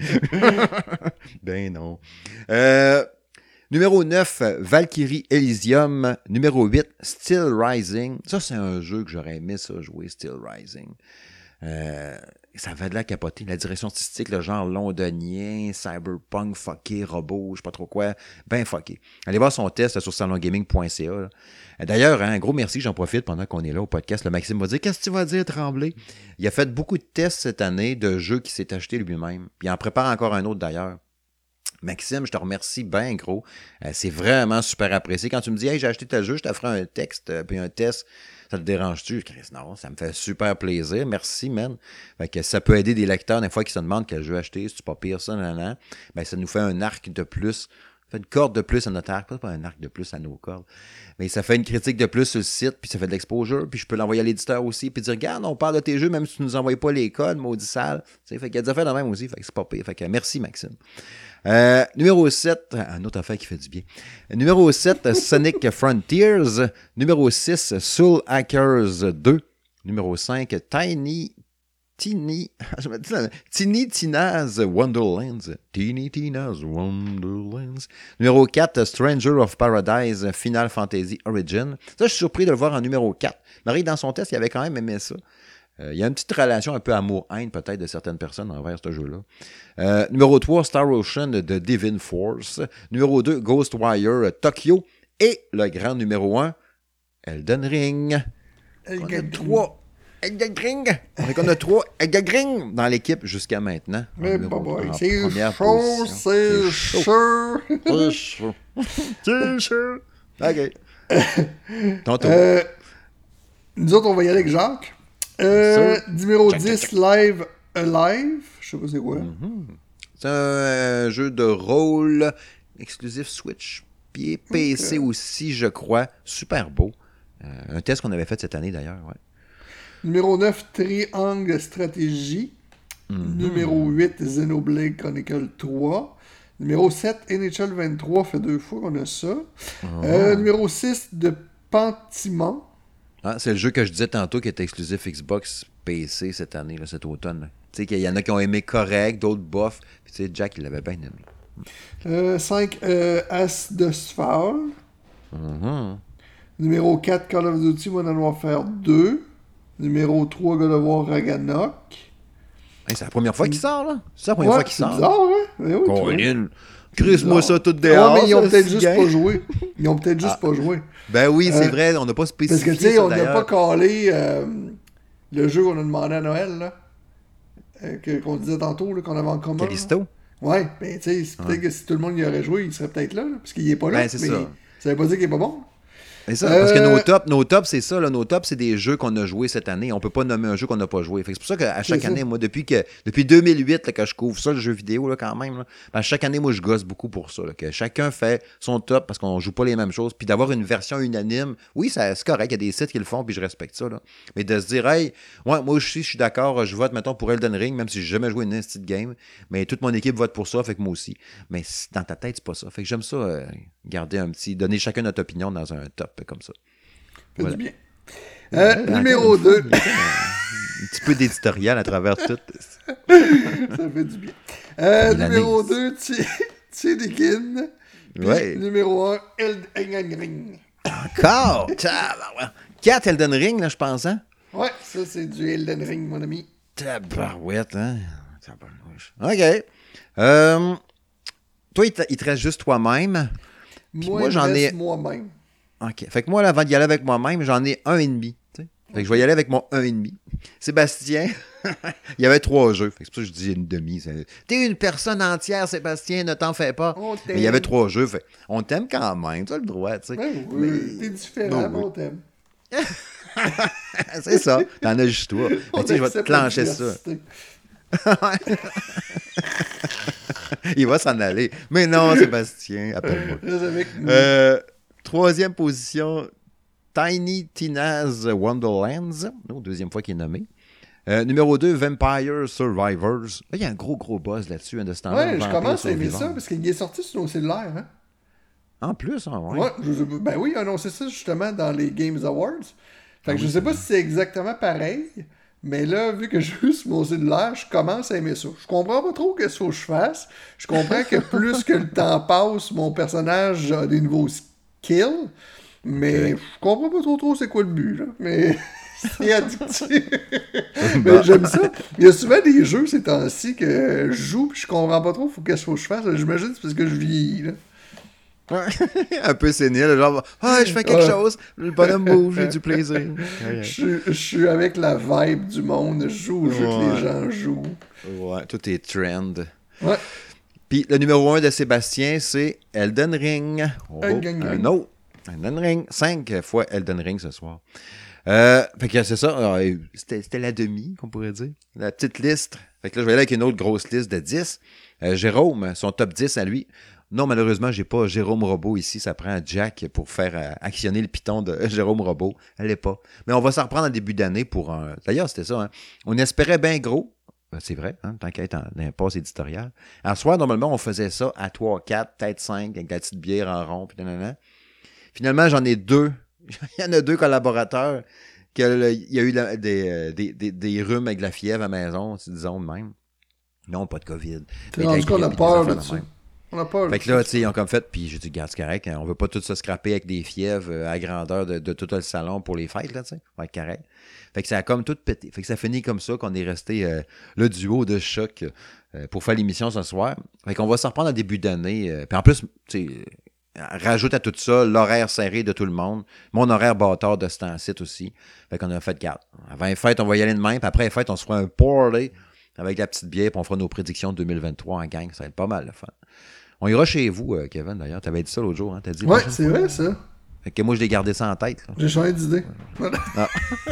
Ben non. Euh, numéro neuf, Valkyrie Elysium. Numéro huit, Still Rising. Ça, c'est un jeu que j'aurais aimé ça jouer, Still Rising. Euh, ça avait de la capoter. La direction artistique, le genre londonien, cyberpunk, fucké, robot, je sais pas trop quoi, ben fucké. Allez voir son test sur salon gaming point c a. Là. D'ailleurs, hein, un gros merci, j'en profite pendant qu'on est là au podcast. Le Maxime va dire, qu'est-ce que tu vas dire, Tremblay? Il a fait beaucoup de tests cette année de jeux qu'il s'est acheté lui-même. Puis il en prépare encore un autre d'ailleurs. Maxime, je te remercie bien gros. Euh, c'est vraiment super apprécié. Quand tu me dis, hey, j'ai acheté tel jeu, je te ferai un texte, euh, puis un test. Ça te dérange-tu? Chris, non, ça me fait super plaisir. Merci, man. Fait que ça peut aider des lecteurs des fois qui se demandent quel jeu acheter, si c'est pas pire ça, nan, nan. Ben, ça nous fait un arc de plus. Ça fait une corde de plus à notre arc. Pas un arc de plus à nos cordes. Mais ça fait une critique de plus sur le site, puis ça fait de l'exposure, puis je peux l'envoyer à l'éditeur aussi, puis dire, regarde, on parle de tes jeux, même si tu nous envoies pas les codes, maudit sale. T'sais, fait qu'il y a des affaires de même aussi, fait que c'est pas pire. Fait que merci, Maxime. Euh, numéro sept, un autre affaire qui fait du bien. Numéro sept, Sonic Frontiers. Numéro six, Soul Hackers deux. Numéro cinq, Tiny... Tiny... Je me dis, Tiny Tina's Wonderlands. Tiny Tina's Wonderlands. Numéro quatre, Stranger of Paradise Final Fantasy Origin. Ça, je suis surpris de le voir en numéro quatre. Marie, dans son test, il avait quand même aimé ça. Euh, il y a une petite relation un peu amour-haine peut-être de certaines personnes envers ce jeu-là. Euh, numéro trois, Star Ocean de Divine Force. Numéro deux, Ghostwire Tokyo. Et le grand numéro un, Elden Ring. On a trois Elden Ring. On a trois Elden Ring dans l'équipe jusqu'à maintenant. Mais bah boy, c'est chaud, c'est chaud. C'est chaud. C'est chaud. OK. Ton tour. Euh, nous autres, on va y aller avec Jacques. Euh, numéro check, dix, check, check. Live Alive. Je sais pas c'est quoi. Mm-hmm. C'est un euh, jeu de rôle exclusif Switch. Puis P C okay. aussi, je crois. Super beau. Euh, un test qu'on avait fait cette année d'ailleurs. Ouais. Numéro neuf, Triangle Stratégie. Mm-hmm. Numéro huit, Xenoblade Chronicle trois. Numéro sept, N H L vingt-trois. Fait deux fois qu'on a ça. Oh. Euh, numéro six, de Pentiment. Ah, c'est le jeu que je disais tantôt qui était exclusif Xbox P C cette année, là, cet automne. Tu sais qu'il y en a qui ont aimé correct, d'autres bof. Puis tu sais, Jack, il l'avait bien aimé. Euh, cinq, euh, As de Sphal. Mm-hmm. Numéro quatre, Call of Duty Modern Warfare deux. Numéro trois, God of War Ragnarok. Hey, c'est la première fois qu'il sort, là? C'est la première ouais, fois qu'il sort. C'est bizarre, hein? Mais oui, Colin, crise-moi ça tout dehors. Ouais, mais ils ont peut-être juste gain. pas joué. Ils ont peut-être juste ah. pas joué. Ben oui, c'est euh, vrai, on n'a pas spécifié. Parce que, tu sais, on n'a d'ailleurs. pas calé euh, le jeu qu'on a demandé à Noël, là. Euh, que, qu'on disait tantôt, là, qu'on avait en commun. Callisto? Ouais, ben, tu sais, c'est peut-être ouais. que si tout le monde y aurait joué, il serait peut-être là, là parce qu'il est pas là. Ben, c'est mais ça. Ça veut pas dire qu'il est pas bon. C'est ça, euh... parce que nos tops, nos tops, c'est ça, là, nos tops, c'est des jeux qu'on a joués cette année. On peut pas nommer un jeu qu'on n'a pas joué. Fait que c'est pour ça qu'à chaque année, moi, depuis que depuis deux mille huit là, que je couvre ça, le jeu vidéo, là, quand même, là, ben, chaque année, moi, je gosse beaucoup pour ça. Là, que chacun fait son top parce qu'on joue pas les mêmes choses. Puis d'avoir une version unanime, oui, ça, c'est correct, il y a des sites qui le font, puis je respecte ça. Là. Mais de se dire, hey, ouais, moi aussi, je suis d'accord, je vote, mettons, pour Elden Ring, même si j'ai jamais joué une petite game. Mais toute mon équipe vote pour ça, fait que moi aussi. Mais dans ta tête, c'est pas ça. Fait que j'aime ça, euh, garder un petit, donner chacun notre opinion dans un top comme ça. Fait voilà. Du bien. Euh, ouais, numéro deux. Un, un petit peu d'éditorial à travers tout. Ça fait du bien. Euh, numéro deux, Tiedikin. Ouais. Numéro un, Elden Ring. Encore? quatre Elden Ring, là, je pense, hein? Ouais, ça, c'est du Elden Ring, mon ami. Tabarouette, hein? Tabarouette. OK. Euh, toi, il te, il te reste juste toi-même. Moi, moi j'en ai moi-même. OK. Fait que moi, là, avant d'y aller avec moi-même, j'en ai un et demi. Fait que je vais y aller avec mon un virgule cinq. Sébastien, il y avait trois jeux. Fait que c'est pour ça que je dis une demi. C'est... T'es une personne entière, Sébastien, ne t'en fais pas. Mais il y avait trois jeux. Fait... On t'aime quand même, tu as le droit, tu sais. Ouais, oui, mais... t'es différent, bon, oui. on t'aime. C'est ça. T'en as juste toi. Mais tu sais, je vais te clencher ça. Il va s'en aller. Mais non, Sébastien, appelle-moi. Euh, troisième position, Tiny Tina's Wonderlands. Oh, deuxième fois qu'il est nommé. Euh, numéro deux, Vampire Survivors. Là, il y a un gros, gros buzz là-dessus. Hein, de ce ouais, je commence à aimer ça parce qu'il est sorti sur nos cellulaires. Hein? En plus, hein, ouais. ouais je, ben oui, il a annoncé ça justement dans les Games Awards. Fait que ah, je oui, sais pas si c'est exactement pareil. Mais là, vu que je joue sur mon cellulaire, je commence à aimer ça. Je comprends pas trop qu'est-ce qu'il faut que je fasse. Je comprends que plus que le temps passe, mon personnage a des nouveaux skills. Mais okay. je comprends pas trop trop c'est quoi le but, là. Mais c'est addictif. Mais j'aime ça. Il y a souvent des jeux ces temps-ci que je joue puis je comprends pas trop faut qu'est-ce qu'il faut que je fasse. J'imagine que c'est parce que je vieillis, là. Un peu sénile, genre, ah, je fais quelque ouais. chose, le bonhomme bouge, j'ai du plaisir. je, je suis avec la vibe du monde, je joue au jeu ouais. que les gens jouent. Ouais, tout est trend. Ouais. Puis le numéro un de Sébastien, c'est Elden Ring. Oh, Elden Ring. Un autre. Elden Ring. Cinq fois Elden Ring ce soir. Euh, fait que c'est ça, c'était, c'était la demi, qu'on pourrait dire. La petite liste. Fait que là, je vais aller avec une autre grosse liste de dix. Euh, Jérôme, son top dix à lui. Non, malheureusement, j'ai pas Jérôme Robot ici. Ça prend Jack pour faire euh, actionner le piton de Jérôme Robot. Elle l'est pas. Mais on va s'en reprendre en début d'année pour un... D'ailleurs, c'était ça. Hein. On espérait bien gros. Ben, c'est vrai, hein, tant qu'à être en impasse éditoriale. En soir, normalement, on faisait ça à trois, quatre, peut-être cinq, avec la petite bière en rond. Puis nanana. Finalement, j'en ai deux. Il y en a deux collaborateurs. Il y a eu la, des, des, des, des rhumes avec de la fièvre à la maison, disons de même. Non, pas de COVID. C'est rendu qu'on a peur de ça. On a peur. Fait que là, tu sais, ils ont comme fait, puis j'ai dit, garde, c'est correct, hein, on veut pas tout se scraper avec des fièvres à grandeur de, de tout le salon pour les fêtes, là, tu sais. Ouais, correct. Fait que ça a comme tout pété. Fait que ça finit comme ça qu'on est resté euh, le duo de choc euh, pour faire l'émission ce soir. Fait qu'on va s'en reprendre en début d'année. Euh, puis en plus, tu sais, euh, rajoute à tout ça l'horaire serré de tout le monde. Mon horaire bâtard de ce temps-ci aussi. Fait qu'on a fait, garde. Avant les fêtes, on va y aller de même, puis après les fêtes, on se fera un party avec la petite bière, puis on fera nos prédictions de deux mille vingt-trois en gang. Ça va être pas mal, le fun. On ira chez vous, euh, Kevin, d'ailleurs. T'avais dit ça l'autre jour, hein? T'as dit, ouais, c'est vrai, ça. Fait que moi, je l'ai gardé ça en tête. Là. J'ai changé d'idée. Ah.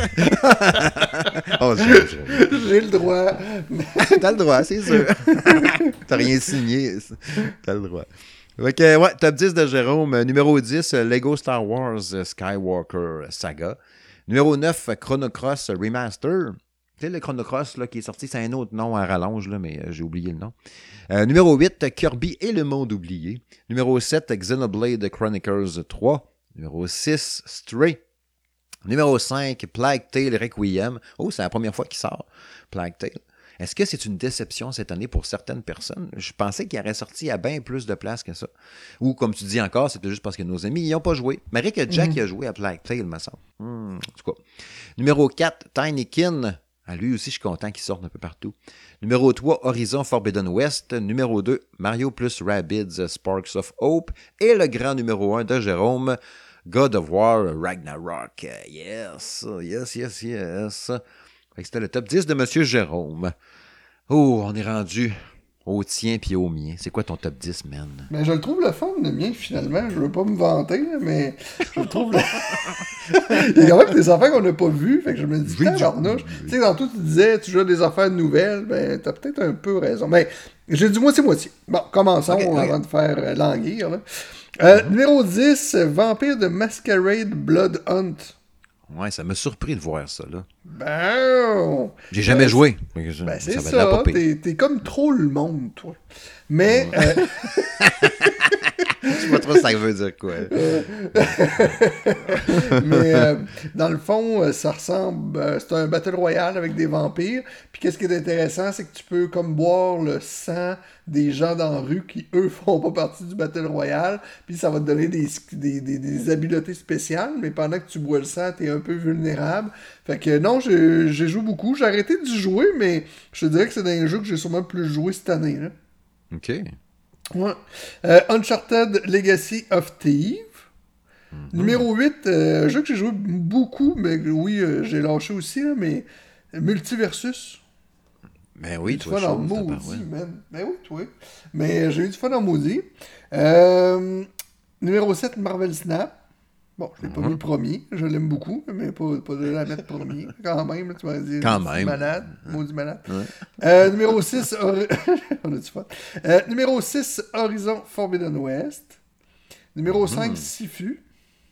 oh, j'ai, j'ai... j'ai le droit. T'as le droit, c'est sûr. T'as rien signé. T'as le droit. Fait que, ouais, top dix de Jérôme. Numéro dix, Lego Star Wars Skywalker Saga. Numéro neuf, Chrono Cross Remaster. Tu sais, le Chrono Cross là, qui est sorti, c'est un autre nom à rallonge, là, mais euh, j'ai oublié le nom. Euh, numéro huit, Kirby et le monde oublié. Numéro sept, Xenoblade Chronicles trois. Numéro six, Stray. Numéro cinq, Plague Tale Requiem. Oh, c'est la première fois qu'il sort, Plague Tale. Est-ce que c'est une déception cette année pour certaines personnes? Je pensais qu'il aurait sorti à bien plus de places que ça. Ou, comme tu dis encore, c'était juste parce que nos amis n'y ont pas joué. Malgré que Jack mm-hmm. a joué à Plague Tale, me semble. Hmm, en tout cas. Numéro quatre, Tinykin. Ah, lui aussi, je suis content qu'il sorte un peu partout. Numéro trois, Horizon Forbidden West. Numéro deux, Mario plus Rabbids Sparks of Hope. Et le grand numéro un de Jérôme, God of War Ragnarok. Yes, yes, yes, yes. Fait que c'était le top dix de Monsieur Jérôme. Oh, on est rendu au tien puis au mien. C'est quoi ton top dix, man? Ben, je le trouve le fun, le mien, finalement. Je veux pas me vanter, mais je le trouve... Le... Il y a quand même des affaires qu'on n'a pas vues, fait que je me dis, tabarnouche. Tu sais, dans tout, tu disais, tu joues des affaires nouvelles, ben, t'as peut-être un peu raison. Mais j'ai du moitié-moitié. Bon, commençons okay, okay. avant de faire euh, languir, là. Euh, mm-hmm. Numéro dix, Vampire de Masquerade Blood Hunt. Ouais, ça m'a surpris de voir ça, là. Ben... J'ai jamais ben, joué. Ben, c'est ça, ça t'es, t'es comme trop le monde, toi. Mais... Ouais. Euh... Je sais pas trop ça veut dire quoi. Mais euh, dans le fond, ça ressemble... Euh, c'est un Battle Royale avec des vampires. Puis qu'est-ce qui est intéressant, c'est que tu peux comme boire le sang des gens dans la rue qui, eux, font pas partie du Battle Royale. Puis ça va te donner des, des, des, des habiletés spéciales. Mais pendant que tu bois le sang, t'es un peu vulnérable. Fait que non, j'ai, j'ai joué beaucoup. J'ai arrêté d'y jouer, mais je te dirais que c'est dans les jeux que j'ai sûrement plus joué cette année, là. OK. Ouais. Euh, Uncharted Legacy of Thieves. Mm-hmm. Numéro huit, euh, un jeu que j'ai joué beaucoup, mais oui, euh, j'ai lâché aussi, là, mais Multiversus. Ben oui, j'ai toi, du fun en chose, maudit, man. Ben oui, toi. Mais j'ai eu du fun en maudit. Euh, numéro sept, Marvel Snap. Bon, je l'ai mm-hmm. pas mis premier. Je l'aime beaucoup, mais pas, pas de la mettre premier. Quand même, là, tu m'as dit. Quand même. Malade. Maudit malade. Ouais. Euh, numéro six, Or... on a du fun. Euh, numéro six, Horizon Forbidden West. Numéro cinq, mm. Sifu.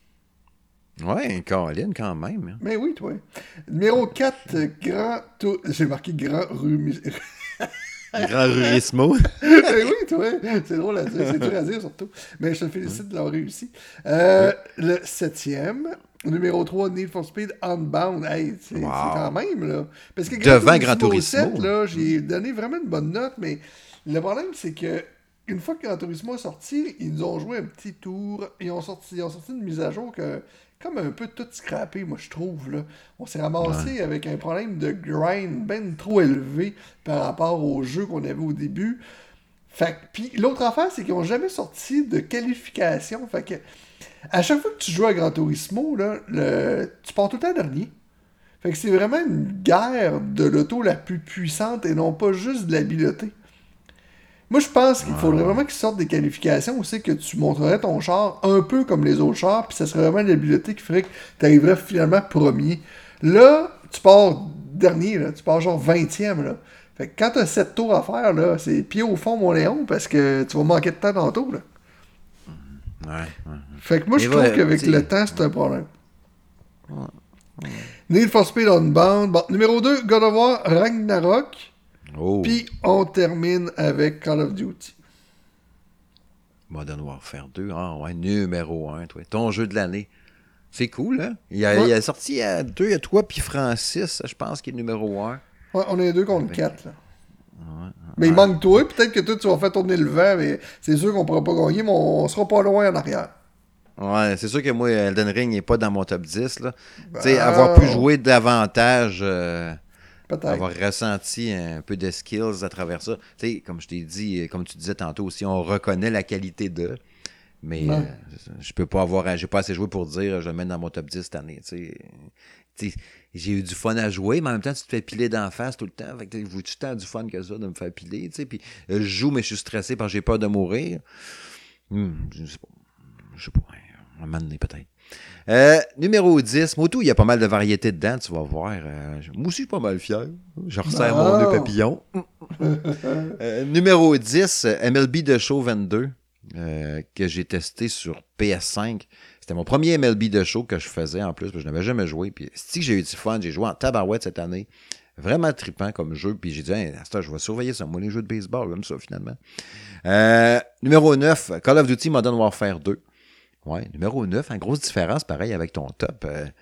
Ouais, Caroline, quand même. Hein. Mais oui, toi. Numéro quatre, Grand... Tour... J'ai marqué Grand Rue... Grand Rurismo. Mais oui, toi. C'est drôle à dire. C'est dur à dire, surtout. Mais je te félicite mm. de l'avoir réussi. Euh, oui. Le septième, numéro trois, Need for Speed Unbound. Hey, c'est, wow. c'est quand même, là. Parce que Devant Grand Turismo. sept, là, j'ai donné vraiment une bonne note, mais le problème, c'est que une fois que Gran Turismo est sorti, ils nous ont joué un petit tour. Ils ont sorti, ils ont sorti une mise à jour que... comme un peu tout scrappé, moi, je trouve, là. On s'est ramassé ouais. avec un problème de grind ben trop élevé par rapport au jeu qu'on avait au début. Fait que, puis l'autre affaire, c'est qu'ils n'ont jamais sorti de qualification. Fait que, à chaque fois que tu joues à Gran Turismo, là, le, tu pars tout le temps dernier. Fait que c'est vraiment une guerre de l'auto la plus puissante et non pas juste de l'habileté. Moi, je pense qu'il faudrait vraiment qu'ils sortent des qualifications aussi, que tu montrerais ton char un peu comme les autres chars, puis ça serait vraiment l'habileté qui ferait que tu arriverais finalement premier. Là, tu pars dernier, là, tu pars genre vingtième. Là. Fait que quand tu as sept tours à faire, là, c'est pied au fond, mon Léon, parce que tu vas manquer de temps tantôt. Là. Ouais, ouais. Fait que moi, je trouve ouais, qu'avec le temps, c'est un problème. Ouais, ouais. Need for Speed Unbound. Bon, numéro deux, God of War Ragnarok. Oh. Puis on termine avec Call of Duty. Modern Warfare deux, ah ouais, numéro un, toi. Ton jeu de l'année. C'est cool, hein? Il a, ouais. il a sorti à deux, il y a toi puis Francis, je pense, qui est numéro un. Ouais, on est deux contre quatre, là. Ouais, mais ouais. il manque toi, peut-être que toi tu vas faire tourner le vent, mais c'est sûr qu'on pourra pas gagner, mais on sera pas loin en arrière. Ouais, c'est sûr que moi, Elden Ring n'est pas dans mon top dix, là. Ben... Tu sais, avoir pu jouer davantage... Euh... Peut-être. Avoir ressenti un peu de skills à travers ça. Tu sais, comme je t'ai dit, comme tu disais tantôt aussi, on reconnaît la qualité d'eux. Mais ouais. euh, je peux pas avoir, j'ai pas assez joué pour dire je le mets dans mon top dix cette année. Tu sais, j'ai eu du fun à jouer, mais en même temps, tu te fais piler d'en face tout le temps. Fait que j'ai tout le temps du fun que ça de me faire piler. Tu sais, puis je joue, mais je suis stressé parce que j'ai peur de mourir. Hmm, je sais pas. Je sais pas. Un moment donné, peut-être. Euh, numéro dix, Moto, il y a pas mal de variétés dedans, tu vas voir. Euh, moi aussi, je suis pas mal fier. Je resserre oh. mon nœud papillon. euh, numéro dix, M L B The Show vingt-deux, euh, que j'ai testé sur P S cinq. C'était mon premier M L B The Show que je faisais en plus, parce que je n'avais jamais joué. Puis, si j'ai eu du fun, j'ai joué en tabarouette cette année. Vraiment trippant comme jeu. Puis j'ai dit, hey, à je vais surveiller ça. Moi, les jeux de baseball, j'aime ça finalement. Euh, numéro neuf, Call of Duty Modern Warfare deux. Ouais, numéro neuf, une grosse différence, pareil, avec ton top. Il euh,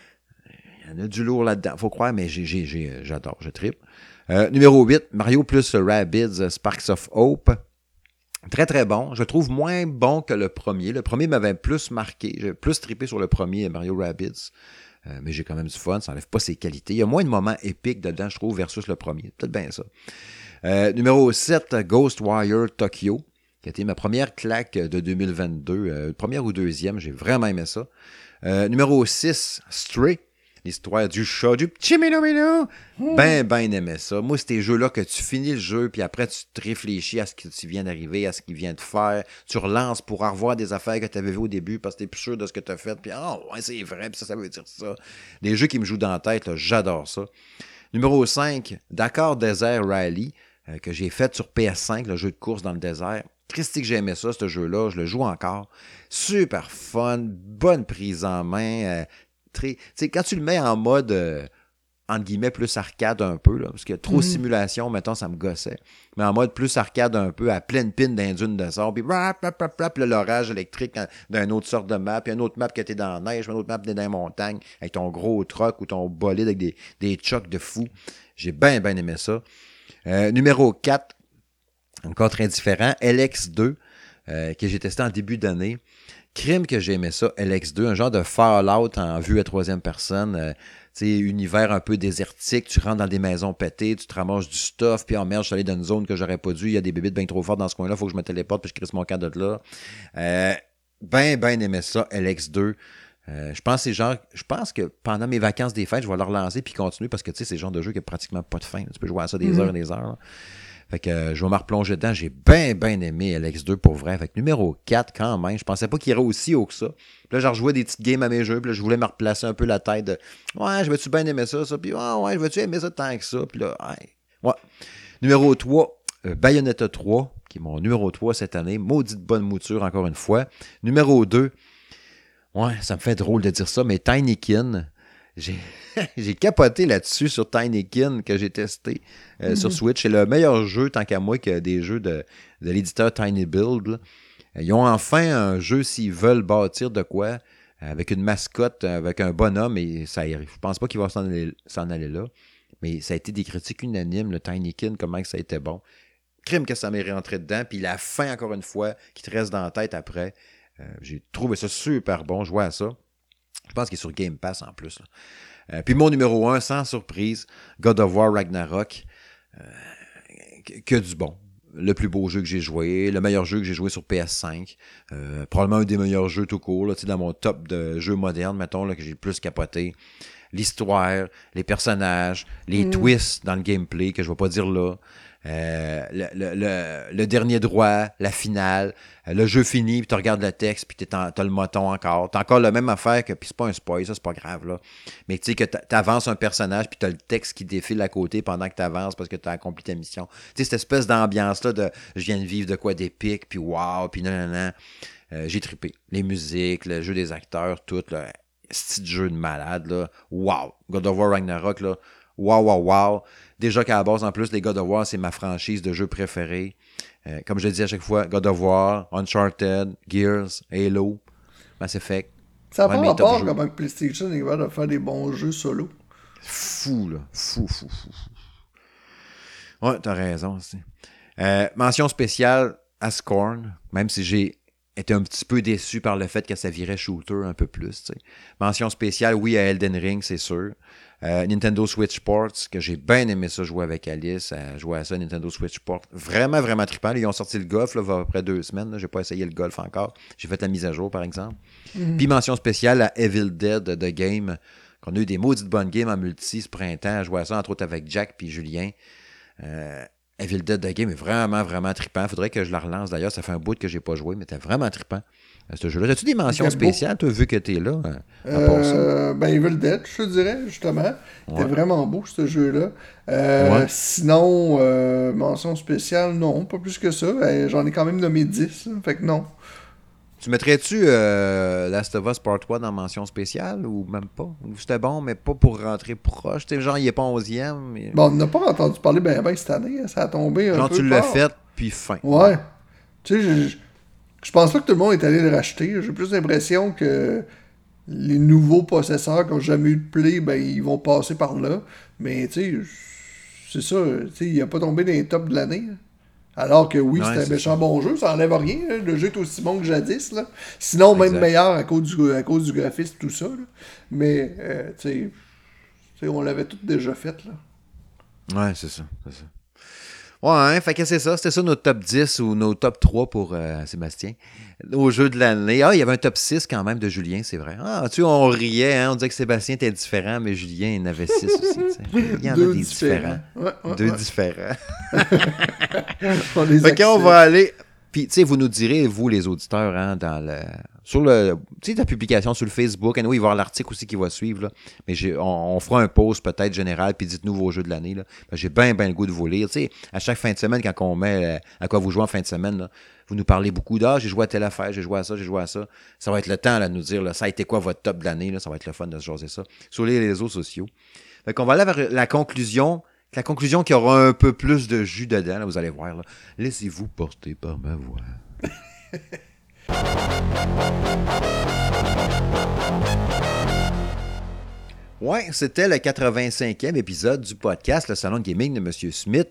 y en a du lourd là-dedans, faut croire, mais j'ai, j'ai, j'ai, j'adore, je trippe. Euh, numéro huit, Mario plus Rabbids Sparks of Hope. Très, très bon. Je trouve moins bon que le premier. Le premier m'avait plus marqué. J'ai plus trippé sur le premier, Mario Rabbids. Euh, mais j'ai quand même du fun, ça n'enlève pas ses qualités. Il y a moins de moments épiques dedans, je trouve, versus le premier. Peut-être bien ça. Euh, numéro sept, Ghostwire Tokyo, qui a été ma première claque de deux mille vingt-deux, euh, première ou deuxième, j'ai vraiment aimé ça. Euh, numéro six, Stray, l'histoire du chat, du petit Milo-Milo. Mmh. Ben, ben aimé ça. Moi, c'est ces jeux-là que tu finis le jeu, puis après, tu te réfléchis à ce que tu viens d'arriver, à ce qu'il vient de faire. Tu relances pour revoir des affaires que tu avais vues au début, parce que tu n'es plus sûr de ce que tu as fait, puis ah, oh, ouais, c'est vrai, puis ça, ça veut dire ça. Les jeux qui me jouent dans la tête, là, j'adore ça. Numéro cinq, Dakar Desert Rally, euh, que j'ai fait sur P S cinq, le jeu de course dans le désert. Christy que j'aimais ça, ce jeu-là, je le joue encore. Super fun, bonne prise en main. Euh, très, quand tu le mets en mode, euh, entre guillemets, plus arcade un peu, là, parce que trop de mm-hmm. simulation, mettons, ça me gossait. Mais en mode plus arcade un peu, à pleine pine d'un dune de sort, puis rap, rap, rap, rap, l'orage électrique d'une autre sorte de map, puis une autre map qui était dans la neige, une autre map qui était dans les montagnes, avec ton gros truck ou ton bolide avec des, des chocs de fou. J'ai bien, bien aimé ça. Euh, numéro quatre, encore très différent, L X deux, euh, que j'ai testé en début d'année. Crime que j'ai aimé ça, L X deux, un genre de Fallout en vue à troisième personne. Euh, tu sais, univers un peu désertique, tu rentres dans des maisons pétées, tu te ramasses du stuff, puis en merde, je suis allé dans une zone que j'aurais pas dû, il y a des bébites bien trop fortes dans ce coin-là, il faut que je me téléporte, puis je crisse mon camp de là. Euh, ben, ben aimé ça, L X deux. Euh, je pense que c'est genre, je pense que pendant mes vacances des fêtes, je vais le relancer puis continuer parce que tu sais, c'est le genre de jeu qui n'a pratiquement pas de fin. Tu peux jouer à ça des mm-hmm. heures et des heures. Là. Fait que euh, je vais me replonger dedans. J'ai bien, bien aimé L X deux pour vrai. Fait que numéro quatre, quand même, je pensais pas qu'il irait aussi haut que ça. Puis là, j'ai rejoué des petites games à mes jeux. Puis là, je voulais me replacer un peu la tête de ouais, je vais-tu bien aimer ça, ça. Puis ouais, ouais, je vais-tu aimer ça tant que ça. Puis là, ouais. ouais. Numéro trois, euh, Bayonetta trois, qui est mon numéro trois cette année. Maudite bonne mouture, encore une fois. Numéro deux, ouais, ça me fait drôle de dire ça, mais Tinykin. J'ai, j'ai capoté là-dessus sur Tinykin que j'ai testé euh, mm-hmm. sur Switch. C'est le meilleur jeu, tant qu'à moi, que des jeux de, de l'éditeur Tiny Build. Là. Ils ont enfin un jeu s'ils veulent bâtir de quoi, avec une mascotte, avec un bonhomme, et ça arrive. Je pense pas qu'il va s'en aller, s'en aller là. Mais ça a été des critiques unanimes, le Tinykin, comment que ça a été bon. Crime que ça m'est rentré dedans, puis la fin, encore une fois, qui te reste dans la tête après. Euh, j'ai trouvé ça super bon, jouer à ça. Je pense qu'il est sur Game Pass en plus. Là. Euh, puis mon numéro un, sans surprise, God of War Ragnarok. Euh, que, que du bon. Le plus beau jeu que j'ai joué, le meilleur jeu que j'ai joué sur P S cinq. Euh, probablement un des meilleurs jeux tout court, là, dans mon top de jeux modernes, mettons, là, que j'ai le plus capoté. L'histoire, les personnages, les mm. twists dans le gameplay, que je ne vais pas dire là. Euh, le, le, le, le dernier droit, la finale, euh, le jeu fini, puis tu regardes le texte, puis t'as le moton encore. T'as encore la même affaire que, puis c'est pas un spoil, ça c'est pas grave, là. Mais tu sais que t'avances un personnage, puis t'as le texte qui défile à côté pendant que t'avances parce que t'as accompli ta mission. Tu sais, cette espèce d'ambiance-là de je viens de vivre de quoi d'épique, puis wow, puis non, non, non. Euh, j'ai trippé. Les musiques, le jeu des acteurs, tout, là. Style jeu de malade, là. Wow! God of War Ragnarok, là. Wow, wow, wow. Déjà qu'à la base, en plus, les God of War, c'est ma franchise de jeux préférée. Euh, comme je le dis à chaque fois, God of War, Uncharted, Gears, Halo, Mass Effect. Ça n'a pas rapport comment PlayStation est capable de faire des bons jeux solo. Fou, là. Fou, fou, fou. Ouais, t'as raison aussi. Euh, mention spéciale à Scorn, même si j'ai été un petit peu déçu par le fait que ça virait shooter un peu plus. T'sais. Mention spéciale, oui, à Elden Ring, c'est sûr. Euh, Nintendo Switch Sports, que j'ai bien aimé ça jouer avec Alice, à jouer à ça, Nintendo Switch Sports. Vraiment, vraiment trippant. Ils ont sorti le golf, là, il y a à peu près deux semaines. Là. J'ai pas essayé le golf encore. J'ai fait la mise à jour, par exemple. Mm-hmm. Puis mention spéciale à Evil Dead The Game, qu'on a eu des maudites bonnes games en multi ce printemps, à jouer à ça, entre autres avec Jack puis Julien. Euh, Evil Dead The Game est vraiment, vraiment trippant. Faudrait que je la relance. D'ailleurs, ça fait un bout que j'ai pas joué, mais c'était vraiment trippant. Ce jeu-là. As-tu des mentions spéciales, toi, vu que t'es là? Euh, ben, Evil Dead, je te dirais, justement. C'était ouais. vraiment beau, ce jeu-là. Euh, ouais. Sinon, euh, mention spéciale, non, pas plus que ça. Ben, j'en ai quand même nommé dix, hein, fait que non. Tu mettrais-tu euh, Last of Us Part trois dans mention spéciale, ou même pas? Ou c'était bon, mais pas pour rentrer proche? T'sais, genre, il est pas onzième. Mais... Bon, on n'a pas entendu parler ben, ben cette année. Ça a tombé un genre, peu tu l'as fait, puis fin. Ouais. Tu sais, je... Je pense pas que tout le monde est allé le racheter. J'ai plus l'impression que les nouveaux possesseurs qui n'ont jamais eu de Play, ben, ils vont passer par là. Mais, tu sais, c'est ça. Tu sais, il n'a pas tombé dans les tops de l'année. Alors que oui, ouais, c'est un méchant ça. Bon jeu. Ça enlève rien. Là. Le jeu est aussi bon que jadis. Là. Sinon, même exact. Meilleur à cause du, à cause du graphisme, tout ça. Là. Mais, euh, tu sais, on l'avait tout déjà fait. Là. Ouais, c'est ça. C'est ça. Ouais, hein, fait que c'est ça. C'était ça notre top dix ou nos top trois pour euh, Sébastien. Au jeu de l'année. Ah, il y avait un top six quand même de Julien, c'est vrai. Ah, tu sais, on riait, hein, on disait que Sébastien était différent, mais Julien, il en avait six aussi. T'sais. Il y en Deux a des différents. différents. Ouais, ouais, Deux ouais. différents. on les fait qu'on va aller... Puis, tu sais, vous nous direz, vous, les auditeurs, hein, dans le... Sur le... Tu sais, ta publication sur le Facebook, anyway, il va y avoir l'article aussi qui va suivre, là. Mais j'ai, on, on fera un post peut-être général, puis dites-nous vos jeux de l'année, là. Ben, j'ai bien, bien le goût de vous lire. Tu sais, à chaque fin de semaine, quand on met euh, à quoi vous jouez en fin de semaine, là, vous nous parlez beaucoup d'ah, j'ai joué à telle affaire, j'ai joué à ça, j'ai joué à ça. Ça va être le temps, là, de nous dire, là, ça a été quoi votre top de l'année, là. Ça va être le fun de se jaser ça. Sur les réseaux sociaux. Fait qu'on va aller vers la conclusion... La conclusion qu'il y aura un peu plus de jus dedans, là, vous allez voir. Là. Laissez-vous porter par ma voix. Ouais, c'était le quatre-vingt-cinquième épisode du podcast Le Salon de Gaming de M. Smith.